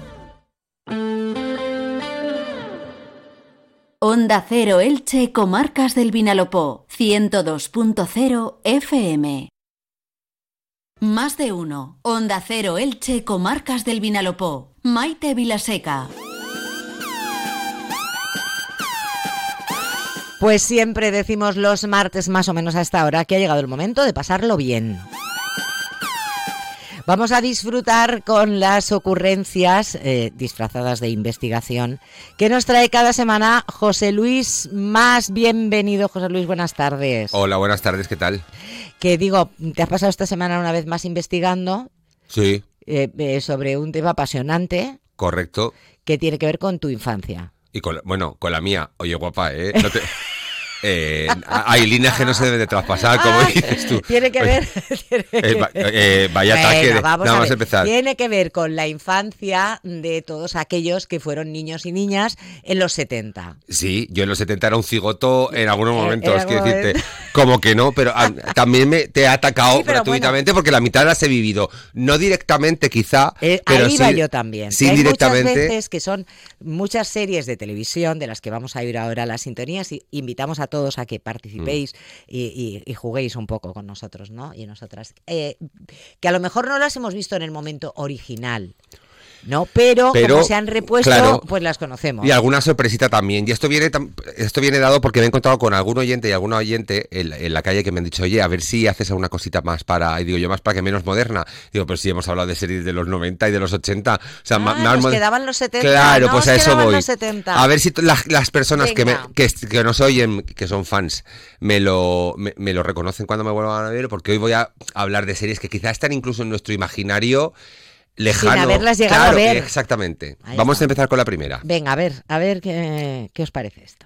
Onda Cero Elche, Comarcas del Vinalopó, 102.0 FM. Más de uno. Onda Cero Elche, Comarcas del Vinalopó. Maite Vilaseca. Pues siempre decimos los martes más o menos a esta hora que ha llegado el momento de pasarlo bien. Vamos a disfrutar con las ocurrencias disfrazadas de investigación que nos trae cada semana José Luis Mas. Bienvenido, José Luis, buenas tardes. Hola, buenas tardes, ¿qué tal? Que digo, te has pasado esta semana una vez más investigando. Sí. Sobre un tema apasionante. Correcto. Que tiene que ver con tu infancia. Y con la mía. Oye, guapa, No te... hay líneas que no se deben de traspasar, como dices tú. Tiene que ver. Vaya ataque. Nada más empezar. Tiene que ver con la infancia de todos aquellos que fueron niños y niñas en los 70. Sí, yo en los 70 era un cigoto en algunos momentos, quiero decirte. Como que no, pero también te he atacado gratuitamente, porque la mitad las he vivido. No directamente, quizá. Pero ahí va yo también. Sí, directamente. Hay muchas veces que son muchas series de televisión de las que vamos a ir ahora a las sintonías y invitamos a todos a que participéis y juguéis un poco con nosotros, ¿no? Y nosotras. Que a lo mejor no las hemos visto en el momento original, ¿no? Pero como se han repuesto, claro, pues las conocemos. Y alguna sorpresita también. Y esto viene dado porque me he encontrado con algún oyente y alguna oyente en la calle que me han dicho, oye, a ver si haces alguna cosita más para, y digo yo, más para que menos moderna. Digo, pero si hemos hablado de series de los 90 y de los 80. O sea, nos quedaban los 70. Claro, no, pues a eso voy. A ver si las personas que nos oyen, que son fans, me lo reconocen cuando me vuelvan a ver, porque hoy voy a hablar de series que quizás están incluso en nuestro imaginario lejano. Sin haberlas llegado a ver. Exactamente. Vamos a empezar con la primera. Venga, a ver qué os parece esto.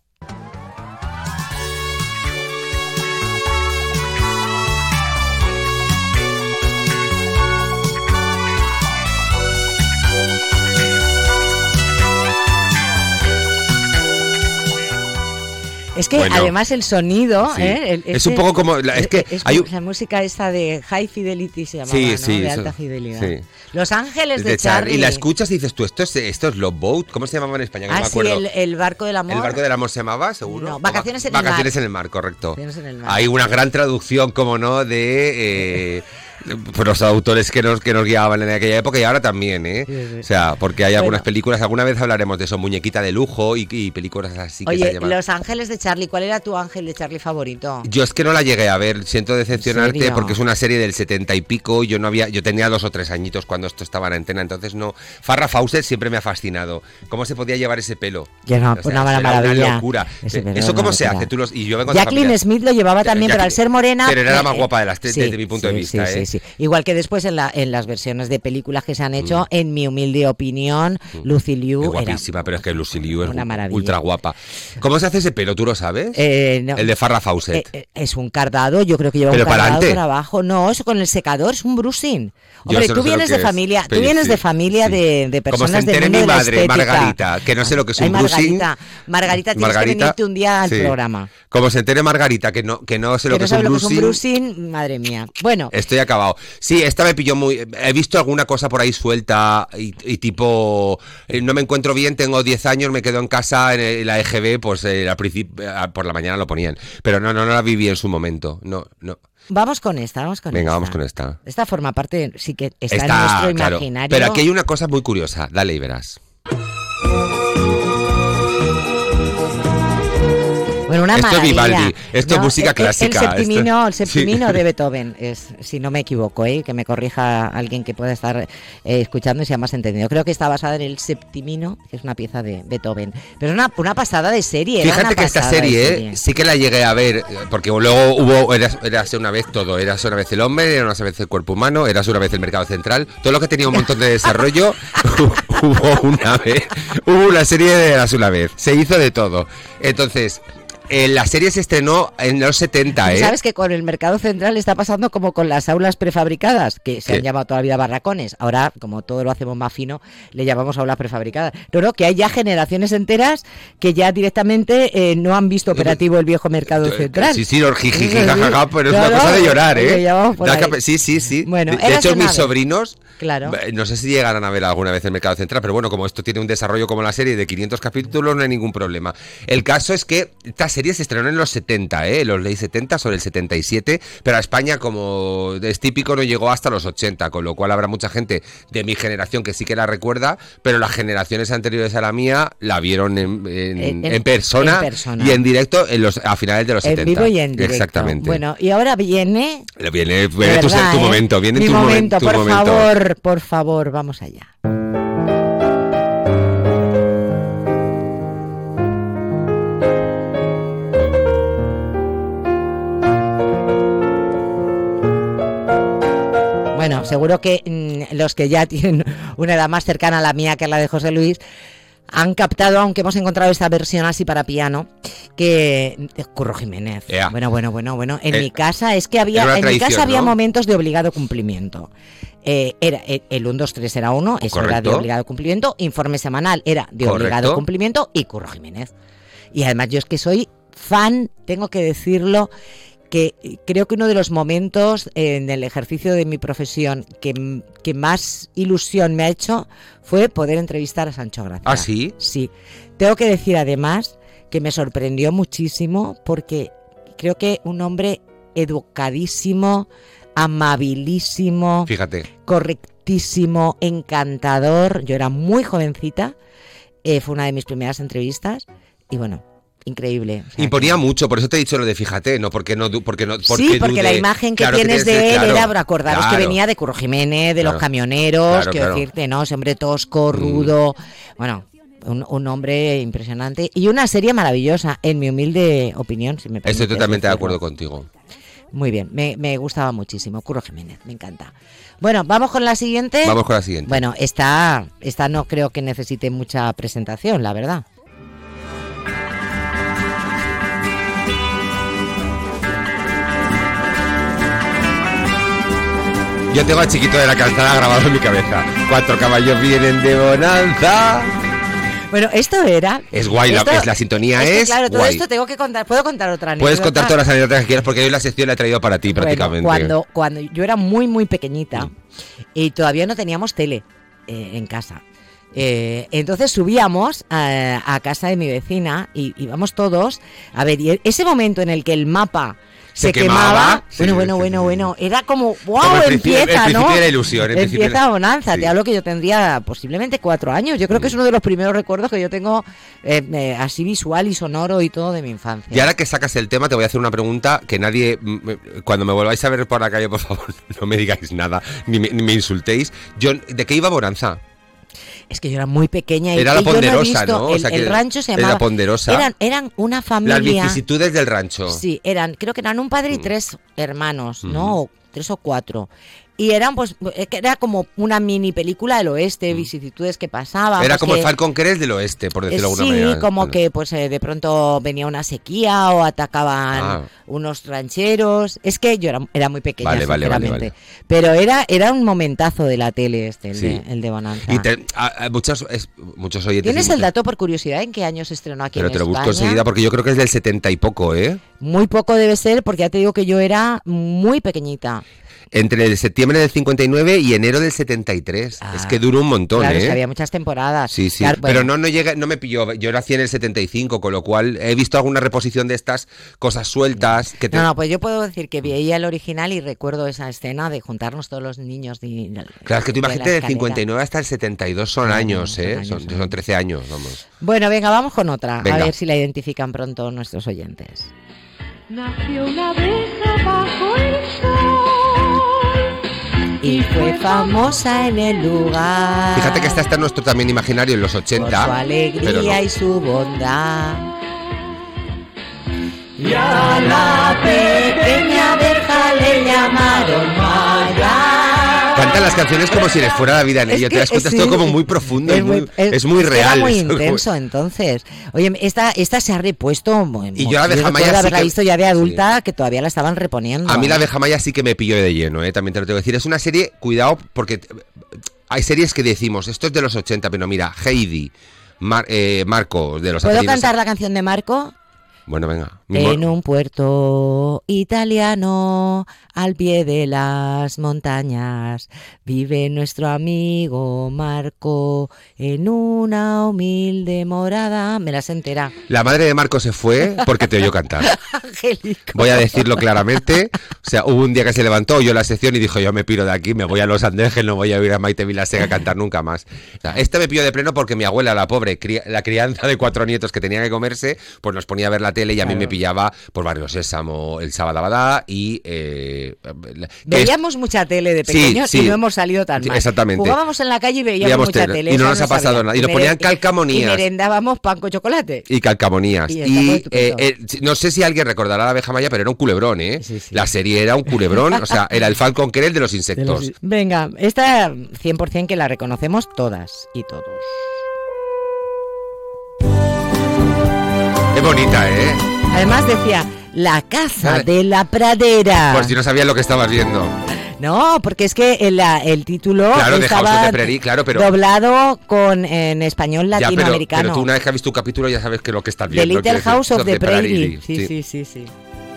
Es que además el sonido, sí. Es un poco como hay la música esta de High Fidelity, se llamaba, ¿no? De alta fidelidad. Sí. Los Ángeles de Charlie. Y la escuchas y dices tú, esto es Love Boat, ¿cómo se llamaba en España? Que no me acuerdo. Sí, el Barco del Amor. ¿El Barco del Amor se llamaba, seguro? No, Vacaciones en el Mar. Vacaciones en el Mar, correcto. Hay una gran traducción, como no, de por los autores que nos guiaban en aquella época y ahora también, ¿eh? Sí. O sea, porque hay algunas películas, alguna vez hablaremos de eso, Muñequita de lujo y películas así. Oye, que se llaman. Los Ángeles de Charlie, ¿cuál era tu Ángel de Charlie favorito? Yo es que no la llegué a ver, siento decepcionarte porque es una serie del 70 y pico, yo tenía 2 o 3 añiñitos cuando esto estaba en antena, entonces no. Farrah Fawcett siempre me ha fascinado. ¿Cómo se podía llevar ese pelo? Ya no, una maravilla. Una locura. ¿Eso cómo se hace? Y yo vengo de Jacqueline Smith lo llevaba también, pero al ser morena. Pero era la más guapa de las tres, desde mi punto de vista. Sí, sí. Igual que después en las versiones de películas que se han hecho, en mi humilde opinión, Lucy Liu es guapísima, pero es que Lucy Liu es una maravilla. Ultra guapa. ¿Cómo se hace ese pelo? ¿Tú lo sabes? No. El de Farrah Fawcett. Es un cardado, yo creo que lleva pero un cardado para trabajo. No, eso con el secador es un brushing. Hombre, tú vienes de familia, de personas de mi madre, Margarita, que no sé lo que es un brushing. Margarita, tienes que venirte un día al programa. Como se entere Margarita, que no sé lo que es un brushing, madre mía. Bueno. Estoy acabado. Sí, esta me pilló muy... He visto alguna cosa por ahí suelta y tipo... no me encuentro bien, tengo 10 años, me quedo en casa en la EGB, pues al principio, por la mañana lo ponían. Pero no la viví en su momento. No. Vamos con esta. Venga, vamos con esta. Esta forma parte, sí que está en nuestro imaginario. Pero aquí hay una cosa muy curiosa. Dale y verás. Bueno, una esto maravilla. es Vivaldi, esto es música clásica. El septimino de Beethoven, si no me equivoco, que me corrija alguien que pueda estar escuchando y sea más entendido. Creo que está basada en el septimino, que es una pieza de Beethoven. Pero es una pasada de serie. Fíjate que esta serie, sí que la llegué a ver, porque luego érase una vez todo. Érase una vez el hombre, era una vez el cuerpo humano, érase una vez el mercado central. Todo lo que tenía un montón de desarrollo, hubo una serie de Érase una vez. Se hizo de todo. Entonces... la serie se estrenó en los 70, ¿Sabes que con el mercado central está pasando como con las aulas prefabricadas, que se han llamado toda la vida barracones? Ahora, como todo lo hacemos más fino, le llamamos aulas prefabricadas. No, que hay ya generaciones enteras que ya directamente no han visto operativo el viejo mercado central. Sí, jajaja, pero es una cosa de llorar, Sí. Bueno, de hecho, mis sobrinos, claro, no sé si llegarán a ver alguna vez el mercado central, pero bueno, como esto tiene un desarrollo como la serie de 500 capítulos, no hay ningún problema. El caso es que esta serie se estrenó en los 70, los ley 70 sobre el 77, pero a España, como es típico, no llegó hasta los 80, con lo cual habrá mucha gente de mi generación que sí que la recuerda, pero las generaciones anteriores a la mía la vieron en persona y en directo a finales de los 70. En vivo y en directo. Exactamente. Bueno, y ahora viene tu momento, viene mi tu momento, momento. Por favor, vamos allá. Bueno, seguro que los que ya tienen una edad más cercana a la mía que a la de José Luis han captado, aunque hemos encontrado esta versión así para piano, que Curro Jiménez. Yeah. Bueno. En mi casa había momentos de obligado cumplimiento. Era el 1, 2, 3 era uno, eso Correcto. Era de obligado cumplimiento. Informe semanal era de obligado cumplimiento y Curro Jiménez. Y además yo es que soy fan, tengo que decirlo, que creo que uno de los momentos en el ejercicio de mi profesión que más ilusión me ha hecho fue poder entrevistar a Sancho Gracia. ¿Ah, sí? Sí. Tengo que decir además que me sorprendió muchísimo porque creo que un hombre educadísimo, amabilísimo, fíjate, correctísimo, encantador. Yo era muy jovencita, fue una de mis primeras entrevistas y bueno, increíble. O sea, imponía mucho, por eso te he dicho lo de fíjate, no porque la imagen que tienes de él era, por acordaros que venía de Curro Jiménez, de los camioneros, decirte, ¿no? Ese hombre tosco, rudo, bueno, un hombre impresionante y una serie maravillosa, en mi humilde opinión, si me permites. Estoy totalmente de acuerdo contigo. Muy bien, me gustaba muchísimo, Curro Jiménez, me encanta. Bueno, ¿vamos con la siguiente? Vamos con la siguiente. Bueno, esta no creo que necesite mucha presentación, la verdad. Yo tengo a Chiquito de la Calzada grabado en mi cabeza. 4 caballos vienen de bonanza. Bueno, esto era... Es guay, la sintonía es claro, todo guay. Esto tengo que contar. ¿Puedo contar otra anécdota? Puedes contar todas las anécdotas que quieras porque hoy la sección la he traído para ti prácticamente. Cuando yo era muy, muy pequeñita y todavía no teníamos tele en casa. Entonces subíamos a casa de mi vecina y íbamos todos a ver, y ese momento en el que el mapa se quemaba. Sí, bueno, era como ¡wow! Empieza, ¿no? Era ilusión, empieza bonanza. Sí. Te hablo que yo tendría posiblemente 4 años. Yo creo que es uno de los primeros recuerdos que yo tengo así visual y sonoro y todo de mi infancia. Y ahora que sacas el tema, te voy a hacer una pregunta que nadie, cuando me volváis a ver por la calle, por favor, no me digáis nada, ni me insultéis. ¿De qué iba Bonanza? Es que yo era muy pequeña y era la Ponderosa, ¿no? O sea, el rancho se llamaba... Era Ponderosa. Eran una familia... Las vicisitudes del rancho. Sí, creo que eran un padre y 3 hermanos, ¿no? 3 o 4. Y eran pues era como una mini película del oeste, vicisitudes que pasaban. Era pues como que, el Falcon Crest del oeste, por decirlo de alguna manera. Sí, como que pues de pronto venía una sequía o atacaban unos rancheros. Es que yo era muy pequeña, sinceramente. Vale. Pero era un momentazo de la tele el de Bonanza. Y muchos oyentes... ¿Tienes el dato por curiosidad en qué año se estrenó aquí en España? Pero te lo busco enseguida porque yo creo que es del 70 y poco, ¿eh? Muy poco debe ser porque ya te digo que yo era muy pequeñita. Entre el septiembre del 59 y enero del 73. Es que duró un montón, claro, es que había muchas temporadas. Sí. Claro, pero no llega, no me pilló. Yo nací en el 75, con lo cual he visto alguna reposición de estas cosas sueltas. No, pues yo puedo decir que veía el original y recuerdo esa escena de juntarnos todos los niños. Claro, es que tú imagínate del 59 hasta el 72 son años, ¿eh? Son 13 años, vamos. Bueno, venga, vamos con otra. Venga. A ver si la identifican pronto nuestros oyentes. Nació una abeja bajo el sol y fue famosa en el lugar. Fíjate que está nuestro también imaginario en los 80. Por su alegría y su bondad. Y a la pequeña abeja le llamaron Maya. Cantan las canciones como si les fuera la vida en ello. Te das cuenta, esto como muy profundo, es muy real. Era muy intenso, entonces. Oye, esta se ha repuesto. Y yo la abeja maya sí haberla visto ya de adulta, que todavía la estaban reponiendo. A mí la abeja maya sí que me pilló de lleno, también te lo tengo que decir. Es una serie, cuidado, porque hay series que decimos, esto es de los 80, pero mira, Heidi, Marco, de los... ¿Puedo cantar la canción de Marco? Bueno, venga. En un puerto italiano, al pie de las montañas, vive nuestro amigo Marco en una humilde morada. Me la sé entera. La madre de Marco se fue porque te oyó cantar. Angélico. Voy a decirlo claramente. O sea, hubo un día que se levantó, oyó la sección y dijo, yo me piro de aquí, me voy a Los Andejes, no voy a ir a Maite Vilaseca a cantar nunca más. O sea, me pilló de pleno porque mi abuela, la pobre, la crianza de 4 nietos que tenía que comerse, pues nos ponía a ver la tele y a mí me pillaba por Barrio Sésamo, el Sabadabadá y... veíamos mucha tele de pequeños y no hemos salido tan mal. Exactamente. Jugábamos en la calle y veíamos mucha tele. Y no nos ha pasado nada. Y nos ponían calcamonías. Y merendábamos pan con chocolate. Y calcamonías. Y no sé si alguien recordará la abeja maya, pero era un culebrón, ¿eh? Sí. La serie era un culebrón, o sea, era el Falcon Crest de los insectos. Venga, esta 100% que la reconocemos todas y todos. Qué bonita, ¿eh? Además decía, la casa de la pradera. Por si no sabías lo que estabas viendo. No, porque es que el título estaba doblado en español latinoamericano. Pero tú una vez que has visto un capítulo ya sabes que lo que estás viendo. The Little House of the Prairie. Sí.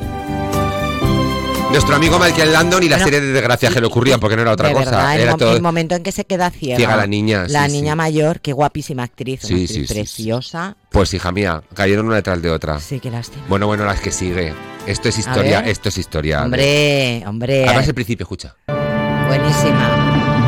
Nuestro amigo Michael Landon y la serie de desgracias que le ocurrían, porque no era otra cosa. Era el momento en que se queda ciega la niña. La niña mayor, qué guapísima actriz, preciosa. Pues hija mía, cayeron una detrás de otra. Sí, qué lástima. Bueno, las que sigue. Esto es historia, Hombre. Además el principio, escucha. Buenísima.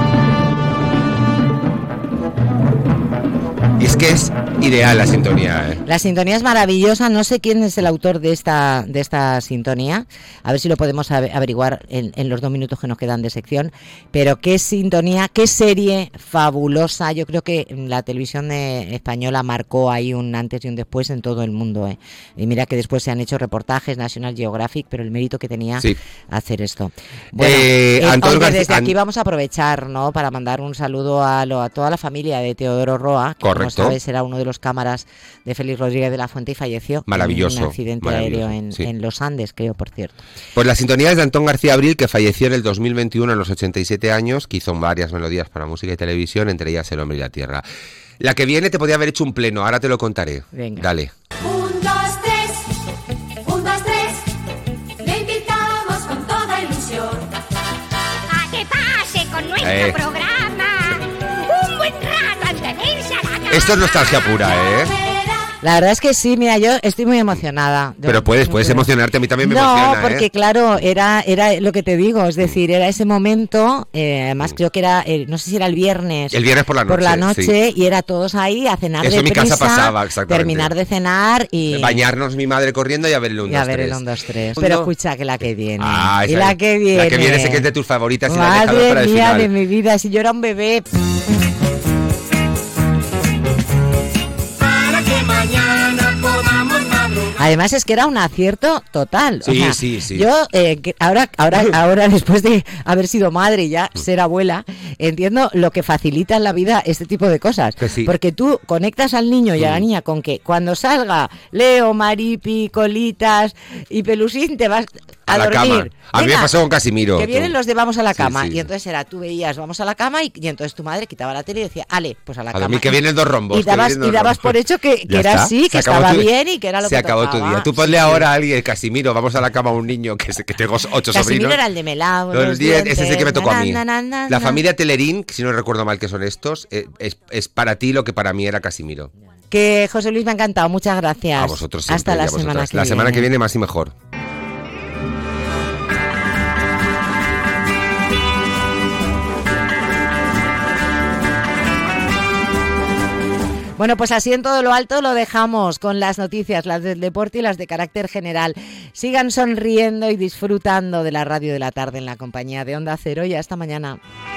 Y es que es ideal la sintonía, ¿eh? La sintonía es maravillosa. No sé quién es el autor de esta sintonía. A ver si lo podemos averiguar en los 2 minutos que nos quedan de sección. Pero qué sintonía, qué serie fabulosa. Yo creo que la televisión española marcó ahí un antes y un después en todo el mundo, ¿eh? Y mira que después se han hecho reportajes, National Geographic, pero el mérito que tenía hacer esto. Bueno, desde aquí vamos a aprovechar, ¿no?, para mandar un saludo a toda la familia de Teodoro Roa. Correcto. Como sabes, era uno de los cámaras de Félix Rodríguez de la Fuente y falleció en un accidente aéreo en los Andes, creo, por cierto. Pues la sintonía es de Antón García Abril, que falleció en el 2021 a los 87 años, que hizo varias melodías para música y televisión, entre ellas El hombre y la tierra. La que viene te podía haber hecho un pleno, ahora te lo contaré. Venga. Dale. 1, 2, 3, 1, 2, 3, le invitamos con toda ilusión a que pase con nuestro programa un buen rato al tenerse a la cama. Esto es nostalgia pura, ¿eh? La verdad es que sí, mira, yo estoy muy emocionada. Pero puedes emocionarte, a mí también me emociona. No, porque claro, era lo que te digo, es decir, era ese momento, además creo que era, no sé si era el viernes. El viernes por la noche. Y era todos ahí a cenar Eso deprisa, en mi casa pasaba, exactamente. terminar de cenar y... Bañarnos mi madre corriendo y a ver el 1, 2, 3. Y a ver el 1, 2, 3. Pero escucha que la que viene. Y la que viene. La que viene sé que es de tus favoritas y Madre la he dejado para el final. Madre mía de mi vida, si yo era un bebé... Para que mañana podamos madrugar. Además es que era un acierto total. Sí, o sea, sí, sí. Yo ahora después de haber sido madre y ya ser abuela, entiendo lo que facilita en la vida este tipo de cosas. Sí. Porque tú conectas al niño y a la niña con que cuando salga Leo, Maripi, Colitas y Pelusín te vas a la dormir. Cama. A mí me pasó con Casimiro. Que vienen los de vamos a la cama. Sí. Y entonces tú veías vamos a la cama y entonces tu madre quitaba la tele y decía, ale, pues a la cama. A mí que vienen 2 rombos. Y dabas por hecho que era así, que estaba bien y que era lo que tocaba. Se acabó tu día. Tú ponle ahora a alguien, Casimiro, vamos a la cama a un niño que tengo 8 sobrinos. Casimiro era el de melao. Ese es el que me tocó a mí. La familia Telerín, si no recuerdo mal que son estos, es para ti lo que para mí era Casimiro. Que José Luis me ha encantado, muchas gracias. A vosotros siempre. Hasta la semana que viene. La semana que viene más y mejor. Bueno, pues así en todo lo alto lo dejamos con las noticias, las del deporte y las de carácter general. Sigan sonriendo y disfrutando de la radio de la tarde en la compañía de Onda Cero y hasta mañana.